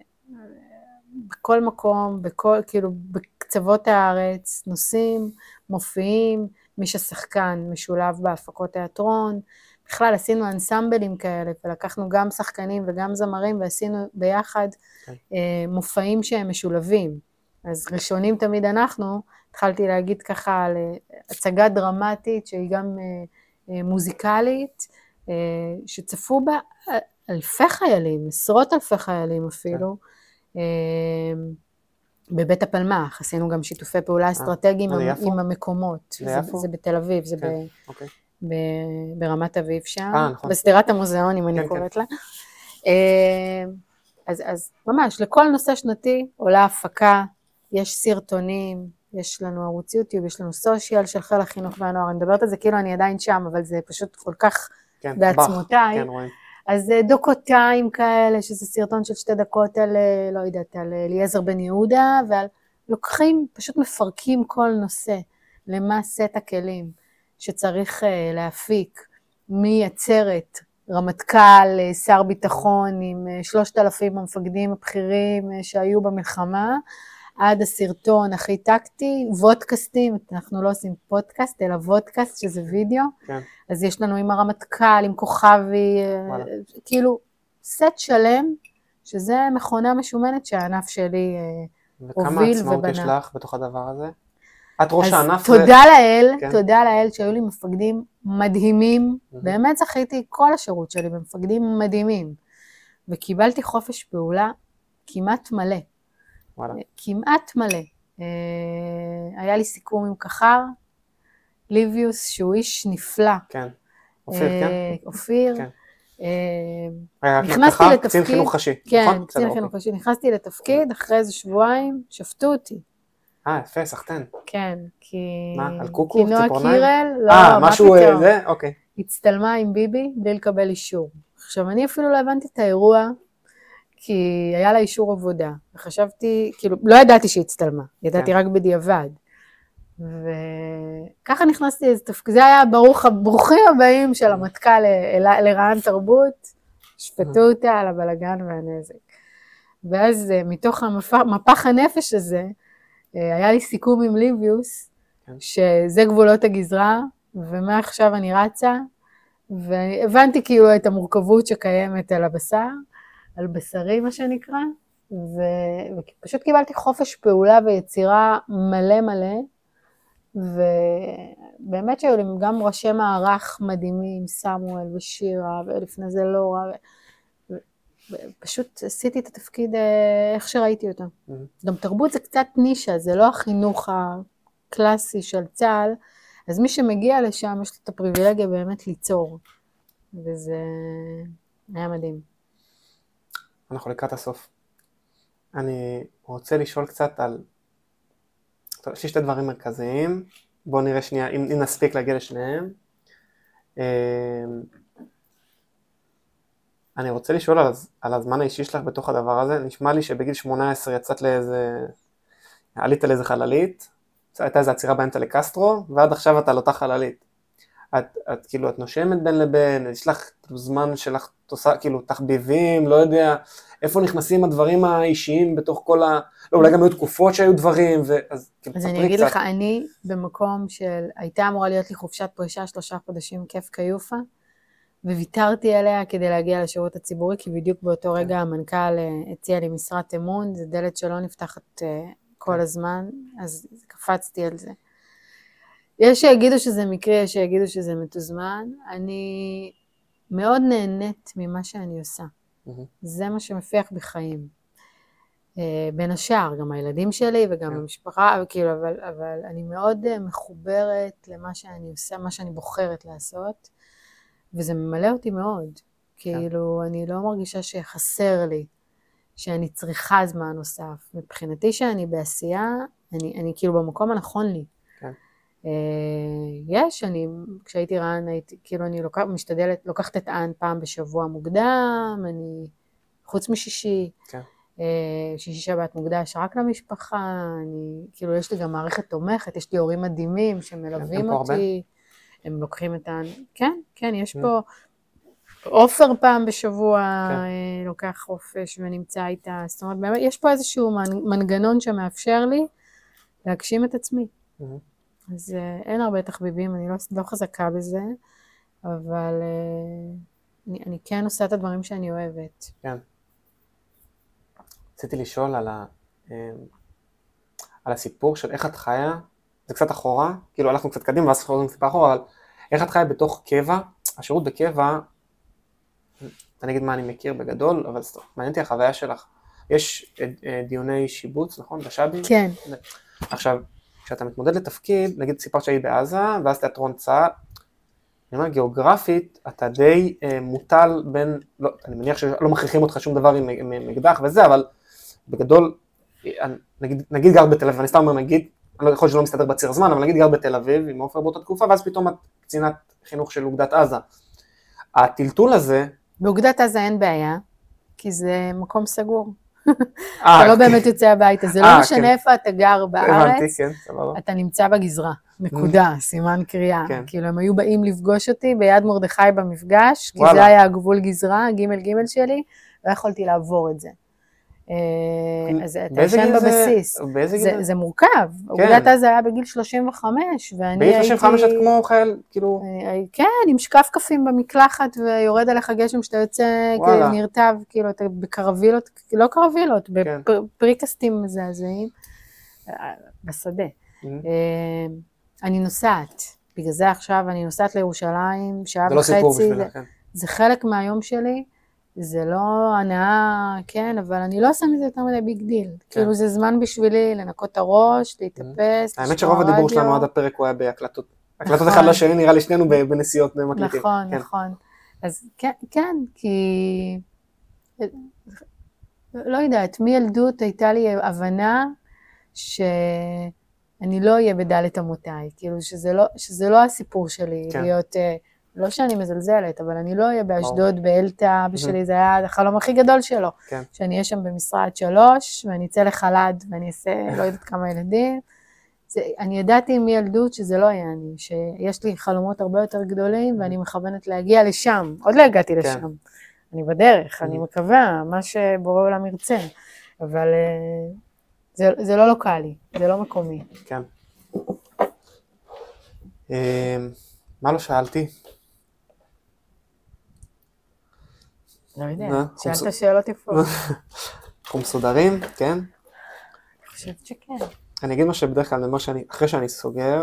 B: בכל מקום, כאילו בקצוות הארץ, נוסעים, מופיעים, מי ששחקן משולב בהפקות תיאטרון, בכלל עשינו אנסמבלים כאלה, ולקחנו גם שחקנים וגם זמרים, ועשינו ביחד מופעים שהם משולבים. אז ראשונים תמיד אנחנו, התחלתי להגיד ככה על הצגה דרמטית, שהיא גם מוזיקלית, שצפו בה אלפי חיילים, עשרות אלפי חיילים אפילו, בבית הפלמ"ח, עשינו גם שיתופי פעולה אסטרטגיים עם המקומות. זה בתל אביב, זה ברמת אביב שם, בסדרת המוזיאונים אני קוראת לה. אז ממש, לכל נושא שנתי עולה הפקה, יש סרטונים, יש לנו ערוץ יוטיוב, יש לנו סושיאל של חיל החינוך והנוער, אני מדברת על זה כאילו אני עדיין שם, אבל זה פשוט כל כך בעצמותיי. אז דוקותיים כאלה, שזה סרטון של 2 דקות על, לא יודעת, על אליעזר בן יהודה, ולוקחים, פשוט מפרקים כל נושא, למה סט הכלים שצריך להפיק, מייצרת רמטכ"ל, שר ביטחון עם 3,000 המפקדים הבכירים שהיו במלחמה, עד הסרטון הכי טקטי, וודקאסטים, אנחנו לא עושים פודקאסט, אלא וודקאסט, שזה וידאו, כן. אז יש לנו עם הרמטכ"ל, עם כוכבי, כאילו סט שלם, שזה מכונה משומנת שהענף שלי הוביל ובנה.
A: וכמה עצמאות יש לך בתוך הדבר הזה? את ראש הענף.
B: תודה לאל, כן. תודה לאל שהיו לי מפקדים מדהימים, באמת זכיתי כל השירות שלי במפקדים מדהימים, וקיבלתי חופש פעולה כמעט מלא. כמעט מלא. היה לי סיכום עם כחר, ליביוס, שהוא איש נפלא.
A: כן. אופיר, כן?
B: אופיר.
A: כן.
B: נכנסתי לתפקיד.
A: קצין חינוך חשי.
B: כן, קצין חינוך חשי. נכנסתי לתפקיד, אחרי איזה שבועיים, שפטו אותי.
A: יפה, סחטן.
B: כן, כי...
A: מה, על קוקו, ציפורניים?
B: כי נועה קירל, לא, מה
A: משהו
B: פתאום.
A: זה? אוקיי.
B: הצטלמה עם ביבי, בלי לקבל אישור. עכשיו, אני אפילו לא הבנתי את האירוע, כי היה לה אישור עבודה, וחשבתי, כאילו, לא ידעתי שהיא הצטלמה, ידעתי רק בדיעבד. וככה נכנסתי לאיזה תפקיד, זה היה ברוכים הבאים של המטכ"ל לרע"ן תרבות, שפטו אותה על הבלגן והנזק. ואז מתוך מפח הנפש הזה, היה לי סיכום עם ליביוס, שזה גבולות הגזרה, ומעכשיו אני רצה, והבנתי כאילו את המורכבות שקיימת על הבשר, על בשרי מה שנקרא, ופשוט קיבלתי חופש פעולה ויצירה מלא מלא, ובאמת שהיו לי גם ראשי מערך מדהימים, סמואל ושירה, ולפני זה לורה, ופשוט עשיתי את התפקיד איך שראיתי אותו. גם תרבות זה קצת נישה, זה לא החינוך הקלאסי של צה"ל, אז מי שמגיע לשם יש לו את הפריבילגיה באמת ליצור, וזה היה מדהים.
A: אנחנו לקראת הסוף. אני רוצה לשאול קצת על... טוב, יש לי 2 דברים מרכזיים. בואו נראה שנייה, אם נספיק להגיע לשניהם. אני רוצה לשאול על הזמן האישי שלך בתוך הדבר הזה. נשמע לי שבגיל 18 יצאת עלית לאיזה חללית, הייתה איזו עצירה באמצע לקסטרו, ועד עכשיו אתה על אותה חללית. את כאילו, את נושמת בין לבין, יש לך זמן שלך, כאילו, תחביבים, לא יודע, איפה נכנסים הדברים האישיים בתוך כל לא, אולי גם היו תקופות שהיו דברים, אז
B: אני אגיד לך, אני במקום הייתה אמורה להיות לי חופשת פרישה 3 חודשים כיף קיופה, וויתרתי עליה כדי להגיע לשירות הציבורי, כי בדיוק באותו רגע המנכ"ל הציע לי משרת אמון, זה דלת שלא נפתחת כל הזמן, אז קפצתי על זה. יש שיגידו שזה מקרה, יש שיגידו שזה מתוזמן, אני מאוד נהנית ממה שאני עושה. זה מה שמפיח בחיים. בין השאר, גם הילדים שלי וגם המשפחה, כאילו, אבל אני מאוד מחוברת למה שאני עושה, מה שאני בוחרת לעשות, וזה ממלא אותי מאוד, כאילו, אני לא מרגישה שחסר לי, שאני צריכה זמן נוסף. מבחינתי שאני בעשייה, אני כאילו במקום הנכון לי.
A: כן.
B: כשהייתי רען, כאילו אני משתדלת, לוקחת את הען פעם בשבוע מוקדם, חוץ משישי,
A: כן.
B: שישי שבת מוקדש רק למשפחה, כאילו יש לי גם מערכת תומכת, יש לי הורים מדהימים שמלווים אותי, הם לוקחים את הען, כן, יש פה, עופר פעם בשבוע לוקח חופש ונמצא איתה, זאת אומרת, באמת, יש פה איזשהו מנגנון שמאפשר לי להגשים את עצמי. אז אין הרבה תחביבים, אני לא חזקה בזה, אבל אני כן עושה את הדברים שאני אוהבת.
A: כן. רציתי לשאול על הסיפור של איך את חיה, זה קצת אחורה, כאילו הלכנו קצת קדימה ואז חוזרים סיפה אחורה, אבל איך את חיה בתוך קבע, השירות בקבע, אני אגיד מה אני מכיר בגדול, אבל מעניין אותי החוויה שלך. יש דיוני שיבוץ, נכון? בשבי?
B: כן.
A: עכשיו, כשאתה מתמודד לתפקיד, נגיד סיפרת שהיא בעזה, ואז תיאטרון צה"ל, אני אומר, גיאוגרפית, אתה די מוטל בין, לא, אני מניח שלא מכריחים אותך שום דבר עם אקדח וזה, אבל בגדול, נגיד גר בתל אביב, אני סתם אומר נגיד, אני לא יכול שלא מסתדר בציר זמן, אבל נגיד גר בתל אביב, עם עופר באותה תקופה, ואז פתאום את קצינת חינוך של אוגדת עזה. הטלטול הזה...
B: באוגדת עזה אין בעיה, כי זה מקום סגור. אתה לא באמת יוצא הביתה, זה לא משנה איפה אתה גר בארץ, אתה נמצא בגזרה, נקודה, סימן קריאה. כאילו הם היו באים לפגוש אותי ביד מרדכי במפגש, כי זה היה הגבול גזרה, ג' שלי, לא יכולתי לעבור את זה. אז אתה ישן בבסיס. זה מורכב. אוגדת עזה היה בגיל 35, ואני הייתי...
A: בגיל 35 את כמו חייל, כאילו...
B: כן, עם שקפקפים במקלחת, ויורד עליך גשם שאתה יוצא נרטב, כאילו, אתה בקרווילות, לא קרווילות, בפריקסטים מזעזעים, בשדה. אני נוסעת, בגלל זה עכשיו אני נוסעת לירושלים, שעה וחצי.
A: זה לא סיפור בשבילך, כן.
B: זה חלק מהיום שלי. זה לא הנאה, כן, אבל אני לא עושה מזה יותר מדי ביג דיל. כאילו זה זמן בשבילי לנקות את הראש, להתאפס,
A: האמת שרוב הדיבור שלנו עד הפרק הוא היה בהקלטות. הקלטות אחד לשני נראה לי שנינו בנסיעות מקליטים.
B: נכון. אז כן, כי... לא יודעת, מילדות הייתה לי הבנה שאני לא אהיה בדלת אמותיי. כאילו שזה לא הסיפור שלי להיות... לא שאני מזלזלת, אבל אני לא אהיה באשדוד, באלתא, אבא שלי, זה היה החלום הכי גדול שלו. שאני אהיה שם במשרד 3, ואני אצא לחל"ד, ואני אעשה לא יודעת כמה ילדים. אני ידעתי מילדות שזה לא היה אני, שיש לי חלומות הרבה יותר גדולים, ואני מכוונת להגיע לשם. עוד לא הגעתי לשם. אני בדרך, אני מקווה, מה שבורא עולם ירצה. אבל זה לא לוקלי, זה לא מקומי.
A: כן. מה לא שאלתי?
B: לא יודע, שאלת שאלות יפות.
A: אנחנו מסודרים, כן?
B: אני חושבת שכן.
A: אני אגיד מה שבדרך כלל, אחרי שאני סוגר,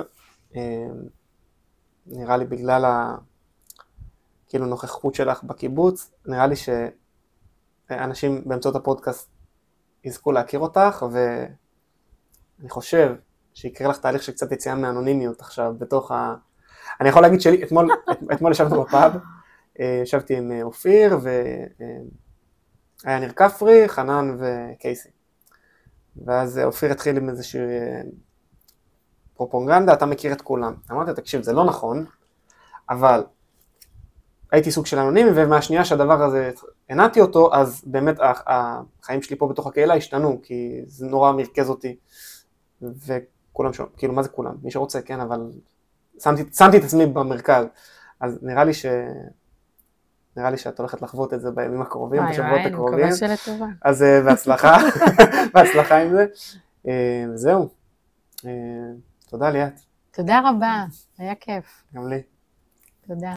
A: נראה לי בגלל כאילו נוכחות שלך בקיבוץ, נראה לי שאנשים באמצעות הפודקאסט יזכו להכיר אותך, ואני חושב שיקרה לך תהליך שקצת יציאה מאנונימיות עכשיו, בתוך אני יכול להגיד שלי, אתמול ישבנו בפאב, ישבתי עם אופיר, והיה ניר כפרי, חנן וקייסי. ואז אופיר התחיל עם איזושהי פרופונגנדה, אתה מכיר את כולם. אמרתי, תקשיב, זה לא נכון, אבל הייתי סוג של אנונימי, ומהשנייה שהדבר הזה הנעתי אותו, אז באמת החיים שלי פה בתוך הקהילה השתנו, כי זה נורא מרכז אותי, וכולם שם, כאילו מה זה כולם? מי שרוצה, כן, אבל שמתי את עצמי במרכז. אז נראה לי שאת הולכת לחוות את זה בימים הקרובים, בשבועות הקרובים.
B: אני מקווה שלטובה.
A: אז בהצלחה, בהצלחה עם זה. וזהו. תודה ליאת.
B: תודה רבה, היה כיף.
A: גם לי.
B: תודה.